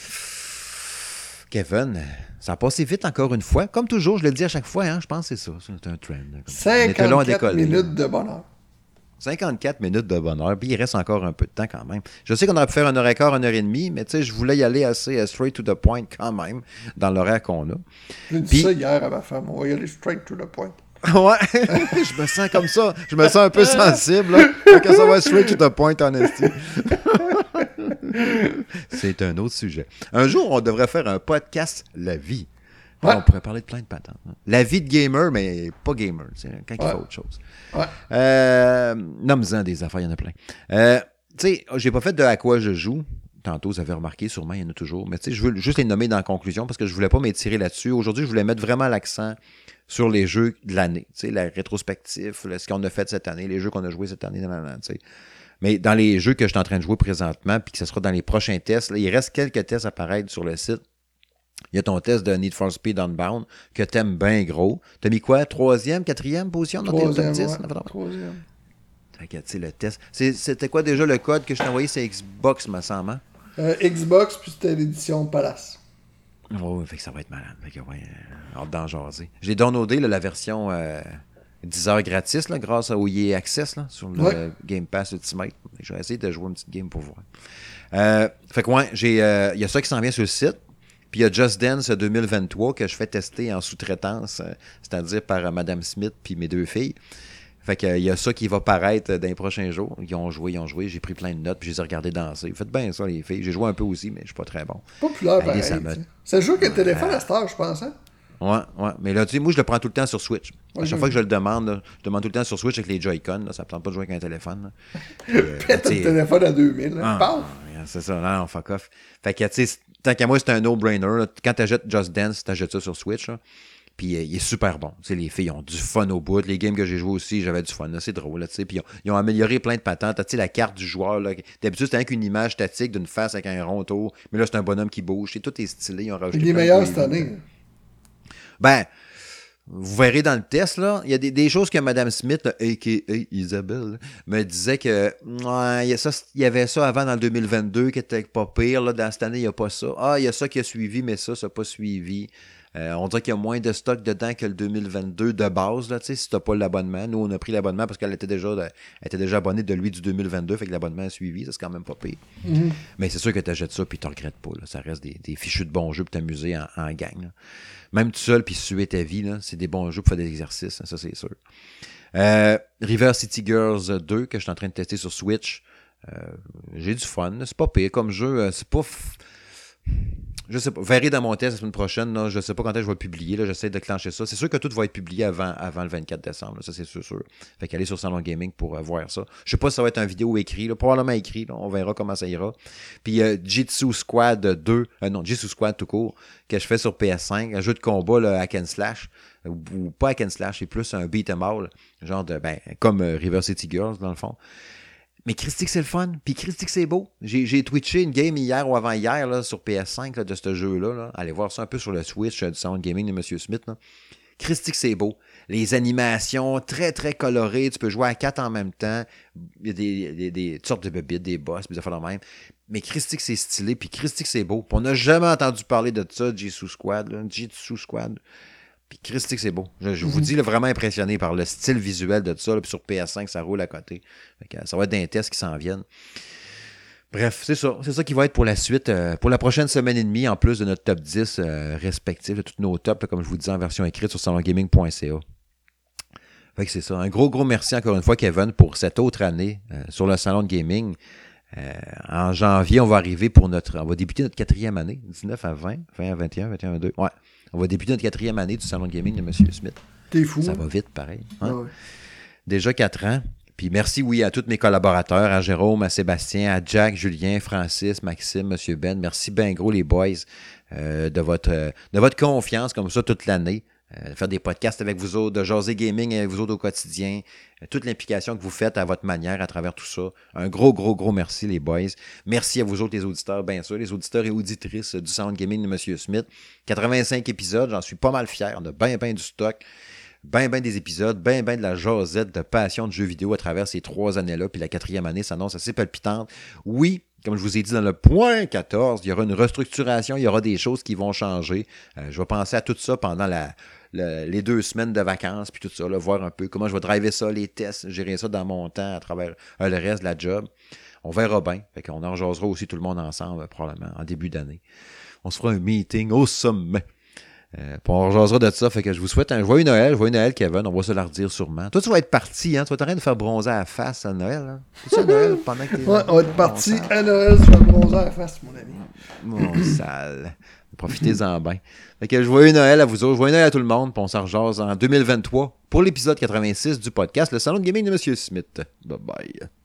Kevin, ça a passé vite encore une fois. Comme toujours, je le dis à chaque fois, hein, je pense que c'est ça. C'est un trend. cinquante-quatre minutes de bonheur. cinquante-quatre minutes de bonheur, puis il reste encore un peu de temps quand même. Je sais qu'on aurait pu faire une heure et quart, une heure et demie, mais tu sais, je voulais y aller assez uh, straight to the point quand même, dans l'horaire qu'on a. J'ai dit puis, ça hier à ma femme, on va y aller straight to the point. Ouais, je me sens comme ça. Je me sens un peu sensible. Là. Fait que ça va straight to the point, en esti. C'est un autre sujet. Un jour, on devrait faire un podcast La vie. Ouais. On pourrait parler de plein de patentes. Hein. La vie de gamer, mais pas gamer. C'est quand il ouais. faut autre chose. Ouais. Euh, nomme-en des affaires, il y en a plein. Euh, tu sais, j'ai pas fait de à quoi je joue. Tantôt, vous avez remarqué, sûrement, il y en a toujours. Mais tu sais, je veux juste les nommer dans la conclusion parce que je voulais pas m'étirer là-dessus. Aujourd'hui, je voulais mettre vraiment l'accent sur les jeux de l'année. Tu sais, la rétrospective, ce qu'on a fait cette année, les jeux qu'on a joués cette année. Nan, nan, nan, tu sais. Mais dans les jeux que je suis en train de jouer présentement, puis que ce sera dans les prochains tests, là, il reste quelques tests à apparaître sur le site. Il y a ton test de Need for Speed Unbound que t'aimes bien gros. T'as mis quoi? Troisième, quatrième position dans tes top dix? Ouais, troisième. Regarde, tu sais, le test. C'est, c'était quoi déjà le code que je t'ai envoyé? C'est Xbox, me semble, hein? Euh, Xbox, puis c'était l'édition Palace. Oh, fait que ça va être malade. Fait que, ouais, euh, hâte d'en jaser. J'ai downloadé là, la version euh, dix heures gratis là, grâce au E A Access là, sur le ouais. Game Pass Ultimate. Je vais essayer de jouer une petite game pour voir. Euh, fait que, ouais, j'ai, euh, y a ça qui s'en vient sur le site. Puis il y a Just Dance deux mille vingt-trois que je fais tester en sous-traitance, euh, c'est-à-dire par euh, Madame Smith puis mes deux filles. Fait qu'il y a ça qui va paraître dans les prochains jours. Ils ont joué, ils ont joué. J'ai pris plein de notes puis je les ai regardés danser. Faites bien ça, les filles. J'ai joué un peu aussi, mais je suis pas très bon. Populaire, pareil. Ça me... C'est joue que le téléphone à cette heure, je pense, hein? Ouais, ouais. Mais là, tu sais, moi, je le prends tout le temps sur Switch. À chaque okay. fois que je le demande, là, je demande tout le temps sur Switch avec les Joy-Con. Là, ça ne me tente pas de jouer avec un téléphone. euh, Pète le téléphone à deux mille. Hein? Ah, c'est ça. Non, fuck off. Fait que, tu sais, tant qu'à moi, c'est un no-brainer. Là. Quand tu achètes Just Dance, tu achètes ça sur Switch. Là. Puis euh, il est super bon. T'sais, les filles ont du fun au bout. Les games que j'ai joués aussi, j'avais du fun. Là. C'est drôle. Là, puis ils ont, ils ont amélioré plein de patentes. T'sais, la carte du joueur, là, d'habitude, c'était qu'une image statique d'une face avec un rond autour. Mais là, c'est un bonhomme qui bouge. T'sais, tout est stylé. Ils ont rajouté. Il est meilleur cette année. Ben, vous verrez dans le test, là, il y a des, des choses que Mme Smith, a k a. Isabelle, me disait que ouais, il, y a ça, il y avait ça avant dans le deux mille vingt-deux qui était pas pire. Là, dans cette année, il n'y a pas ça. Ah, il y a ça qui a suivi, mais ça, ça n'a pas suivi. Euh, on dirait qu'il y a moins de stock dedans que le deux mille vingt-deux de base, là, si tu n'as pas l'abonnement. Nous, on a pris l'abonnement parce qu'elle était déjà, elle était déjà abonnée de lui du deux mille vingt-deux, fait que l'abonnement a suivi, ça c'est quand même pas pire. Mm-hmm. Mais c'est sûr que tu achètes ça puis tu ne regrettes pas. Là. Ça reste des, des fichus de bons jeux pour t'amuser en, en gang. Là. Même tout seul puis suer ta vie, là, c'est des bons jeux pour faire des exercices, hein, ça c'est sûr. Euh, River City Girls deux, que je suis en train de tester sur Switch. Euh, j'ai du fun, là. C'est pas pire comme jeu, c'est pas... F... Je sais pas. Verrez dans mon test la semaine prochaine. Là, je sais pas quand est-ce que je vais le publier. Là, j'essaie de clencher ça. C'est sûr que tout va être publié avant, avant le vingt-quatre décembre. Là, ça, c'est sûr. sûr. Fait qu'allez sur Salon Gaming pour euh, voir ça. Je sais pas si ça va être en vidéo ou écrit. Là, probablement écrit. Là, on verra comment ça ira. Puis euh, Jitsu Squad deux. Euh, non, Jitsu Squad tout court. Que je fais sur P S cinq. Un jeu de combat, là, hack and slash. Ou, ou pas hack and slash. C'est plus un beat 'em all. Genre de, ben, comme euh, River City Girls, dans le fond. Mais Christy que c'est le fun, puis Christy que c'est beau. J'ai, j'ai twitché une game hier ou avant-hier là, sur P S cinq là, de ce jeu-là. Là. Allez voir ça un peu sur le Switch euh, du Sound Gaming de M. Smith. Christy que c'est beau. Les animations très, très colorées. Tu peux jouer à quatre en même temps. Il y a des, des, des toutes sortes de bébites, des boss, des affaires de même. Mais Christy que c'est stylé, puis Christy que c'est beau. Puis on n'a jamais entendu parler de ça, Jitsu Squad. Là, Jitsu Squad. Puis Christy que c'est beau. Je, je vous dis, là, vraiment impressionné par le style visuel de ça. Là, puis sur P S cinq, ça roule à côté. Fait que, ça va être des tests qui s'en viennent. Bref, c'est ça. C'est ça qui va être pour la suite. Euh, pour la prochaine semaine et demie, en plus de notre top dix euh, respectif, de tous nos tops, là, comme je vous disais, en version écrite sur salon gaming point c a. Fait que c'est ça. Un gros, gros merci encore une fois, Kevin, pour cette autre année euh, sur le salon de gaming. Euh, en janvier, on va arriver pour notre... On va débuter notre quatrième année. dix-neuf à vingt, vingt à vingt et un, vingt et un à deux. Ouais. On va débuter notre quatrième année du salon de gaming de M. Smith. T'es fou. Ça hein? va vite, pareil. Hein? Ah ouais. Déjà quatre ans. Puis merci, oui, à tous mes collaborateurs, à Jérôme, à Sébastien, à Jack, Julien, Francis, Maxime, M. Ben. Merci ben gros, les boys, euh, de, votre, euh, de votre confiance comme ça toute l'année. Euh, faire des podcasts avec vous autres, de jaser gaming avec vous autres au quotidien, euh, toute l'implication que vous faites à votre manière à travers tout ça. Un gros, gros, gros merci les boys. Merci à vous autres les auditeurs, bien sûr, les auditeurs et auditrices du Sound Gaming de M. Smith. quatre-vingt-cinq épisodes, j'en suis pas mal fier. On a bien, bien du stock, bien, bien des épisodes, bien, bien de la jasette de passion de jeux vidéo à travers ces trois années-là. Puis la quatrième année s'annonce assez palpitante. Oui, comme je vous ai dit dans le point quatorze, il y aura une restructuration, il y aura des choses qui vont changer. Euh, je vais penser à tout ça pendant la... Le, les deux semaines de vacances, puis tout ça, là, voir un peu comment je vais driver ça, les tests, gérer ça dans mon temps à travers euh, le reste de la job. On verra bien. Fait qu'on en jasera aussi tout le monde ensemble, probablement, en début d'année. On se fera un meeting au sommet. Euh, puis on rejasera de ça. Fait que je vous souhaite un joyeux Noël. Joyeux Noël, Kevin. On va se le redire sûrement. Toi, tu vas être parti, hein? Tu vas t'arrêter de faire bronzer à la face à Noël, hein? C'est-tu à Noël pendant que t'es... Ouais, on va être parti à Noël sur le bronzer à la face, mon ami. Mon sale. Profitez-en bien. Fait que joyeux Noël à vous autres. Joyeux Noël à tout le monde. Puis on s'en rejase en deux mille vingt-trois pour l'épisode quatre-vingt-six du podcast Le Salon de Gaming de M. Smith. Bye bye.